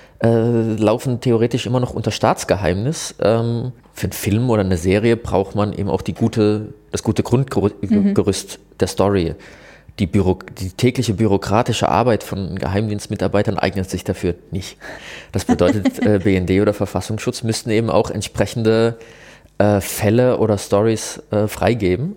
[SPEAKER 3] äh, laufen theoretisch immer noch unter Staatsgeheimnis. Ähm, für einen Film oder eine Serie braucht man eben auch die gute, das gute Grundgerüst mhm. der Story. Die, Büro, die tägliche bürokratische Arbeit von Geheimdienstmitarbeitern eignet sich dafür nicht. Das bedeutet, äh, B N D oder Verfassungsschutz müssten eben auch entsprechende äh, Fälle oder Stories äh, freigeben,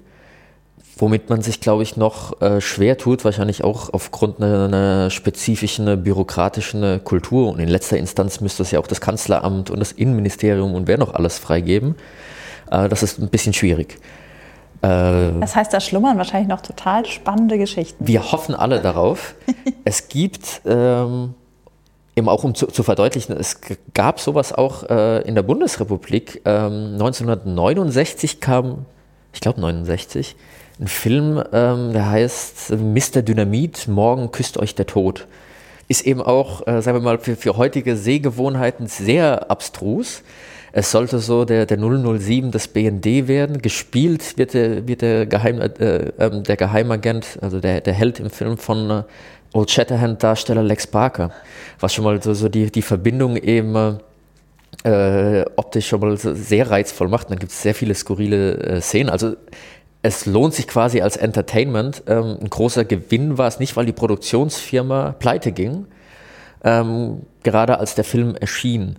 [SPEAKER 3] womit man sich, glaube ich, noch äh, schwer tut, wahrscheinlich auch aufgrund einer, einer spezifischen bürokratischen Kultur. Und in letzter Instanz müsste es ja auch das Kanzleramt und das Innenministerium und wer noch alles freigeben. Äh, das ist ein bisschen schwierig.
[SPEAKER 2] Das heißt, da schlummern wahrscheinlich noch total spannende Geschichten.
[SPEAKER 3] Wir hoffen alle darauf. Es gibt, ähm, eben auch um zu, zu verdeutlichen, es g- gab sowas auch äh, in der Bundesrepublik. Ähm, neunzehnhundertneunundsechzig kam, ich glaube neunundsechzig, ein Film, ähm, der heißt Mister Dynamit, morgen küsst euch der Tod. ist eben auch, äh, sagen wir mal, für, für heutige Sehgewohnheiten sehr abstrus. Es sollte so der, der null null sieben des B N D werden. Gespielt wird der, wird der, Geheim, äh, äh, der Geheimagent, also der, der Held im Film von äh, Old Shatterhand-Darsteller Lex Barker. Was schon mal so, so die, die Verbindung eben äh, optisch schon mal so sehr reizvoll macht. Und dann gibt es sehr viele skurrile äh, Szenen. Also es lohnt sich quasi als Entertainment. Ähm, ein großer Gewinn war es nicht, weil die Produktionsfirma pleite ging, ähm, gerade als der Film erschien.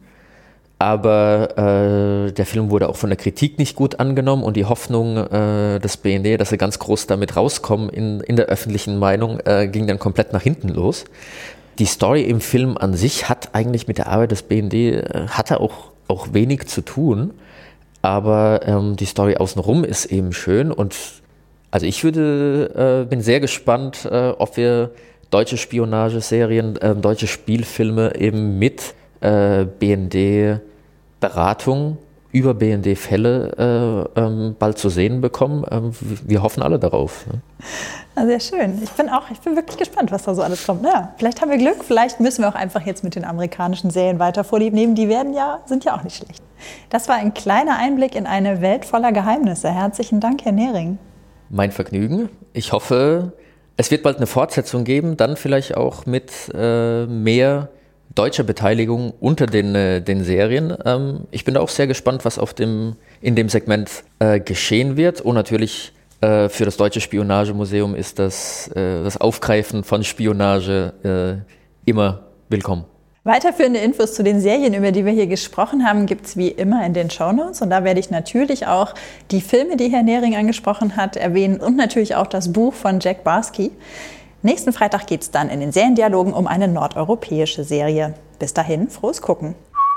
[SPEAKER 3] Aber äh, der Film wurde auch von der Kritik nicht gut angenommen und die Hoffnung äh, des B N D, dass sie ganz groß damit rauskommen in, in der öffentlichen Meinung, äh, ging dann komplett nach hinten los. Die Story im Film an sich hat eigentlich mit der Arbeit des B N D, äh, hatte auch, auch wenig zu tun, aber ähm, die Story außenrum ist eben schön und also ich würde, äh, bin sehr gespannt, äh, ob wir deutsche Spionageserien, äh, deutsche Spielfilme eben mit äh, B N D-Beratung über B N D-Fälle äh, ähm, bald zu sehen bekommen. Ähm, wir hoffen alle darauf. Ne?
[SPEAKER 2] Ja, sehr schön. Ich bin auch, ich bin wirklich gespannt, was da so alles kommt. Ja, vielleicht haben wir Glück, vielleicht müssen wir auch einfach jetzt mit den amerikanischen Serien weiter Vorlieb nehmen. Die werden ja, sind ja auch nicht schlecht. Das war ein kleiner Einblick in eine Welt voller Geheimnisse. Herzlichen Dank, Herr Nehring.
[SPEAKER 3] Mein Vergnügen. Ich hoffe, es wird bald eine Fortsetzung geben, dann vielleicht auch mit äh, mehr deutscher Beteiligung unter den, äh, den Serien. Ähm, ich bin da auch sehr gespannt, was auf dem, in dem Segment äh, geschehen wird. Und natürlich äh, für das Deutsche Spionagemuseum ist das, äh, das Aufgreifen von Spionage äh, immer willkommen.
[SPEAKER 2] Weiterführende Infos zu den Serien, über die wir hier gesprochen haben, gibt es wie immer in den Shownotes. Und da werde ich natürlich auch die Filme, die Herr Nehring angesprochen hat, erwähnen und natürlich auch das Buch von Jack Barsky. Nächsten Freitag geht es dann in den Seriendialogen um eine nordeuropäische Serie. Bis dahin, frohes Gucken.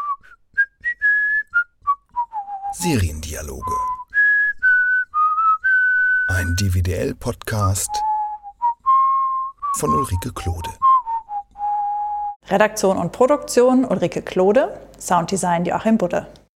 [SPEAKER 1] Seriendialoge. Ein D V D L-Podcast von Ulrike Klode.
[SPEAKER 2] Redaktion und Produktion Ulrike Klode, Sounddesign Joachim Budde.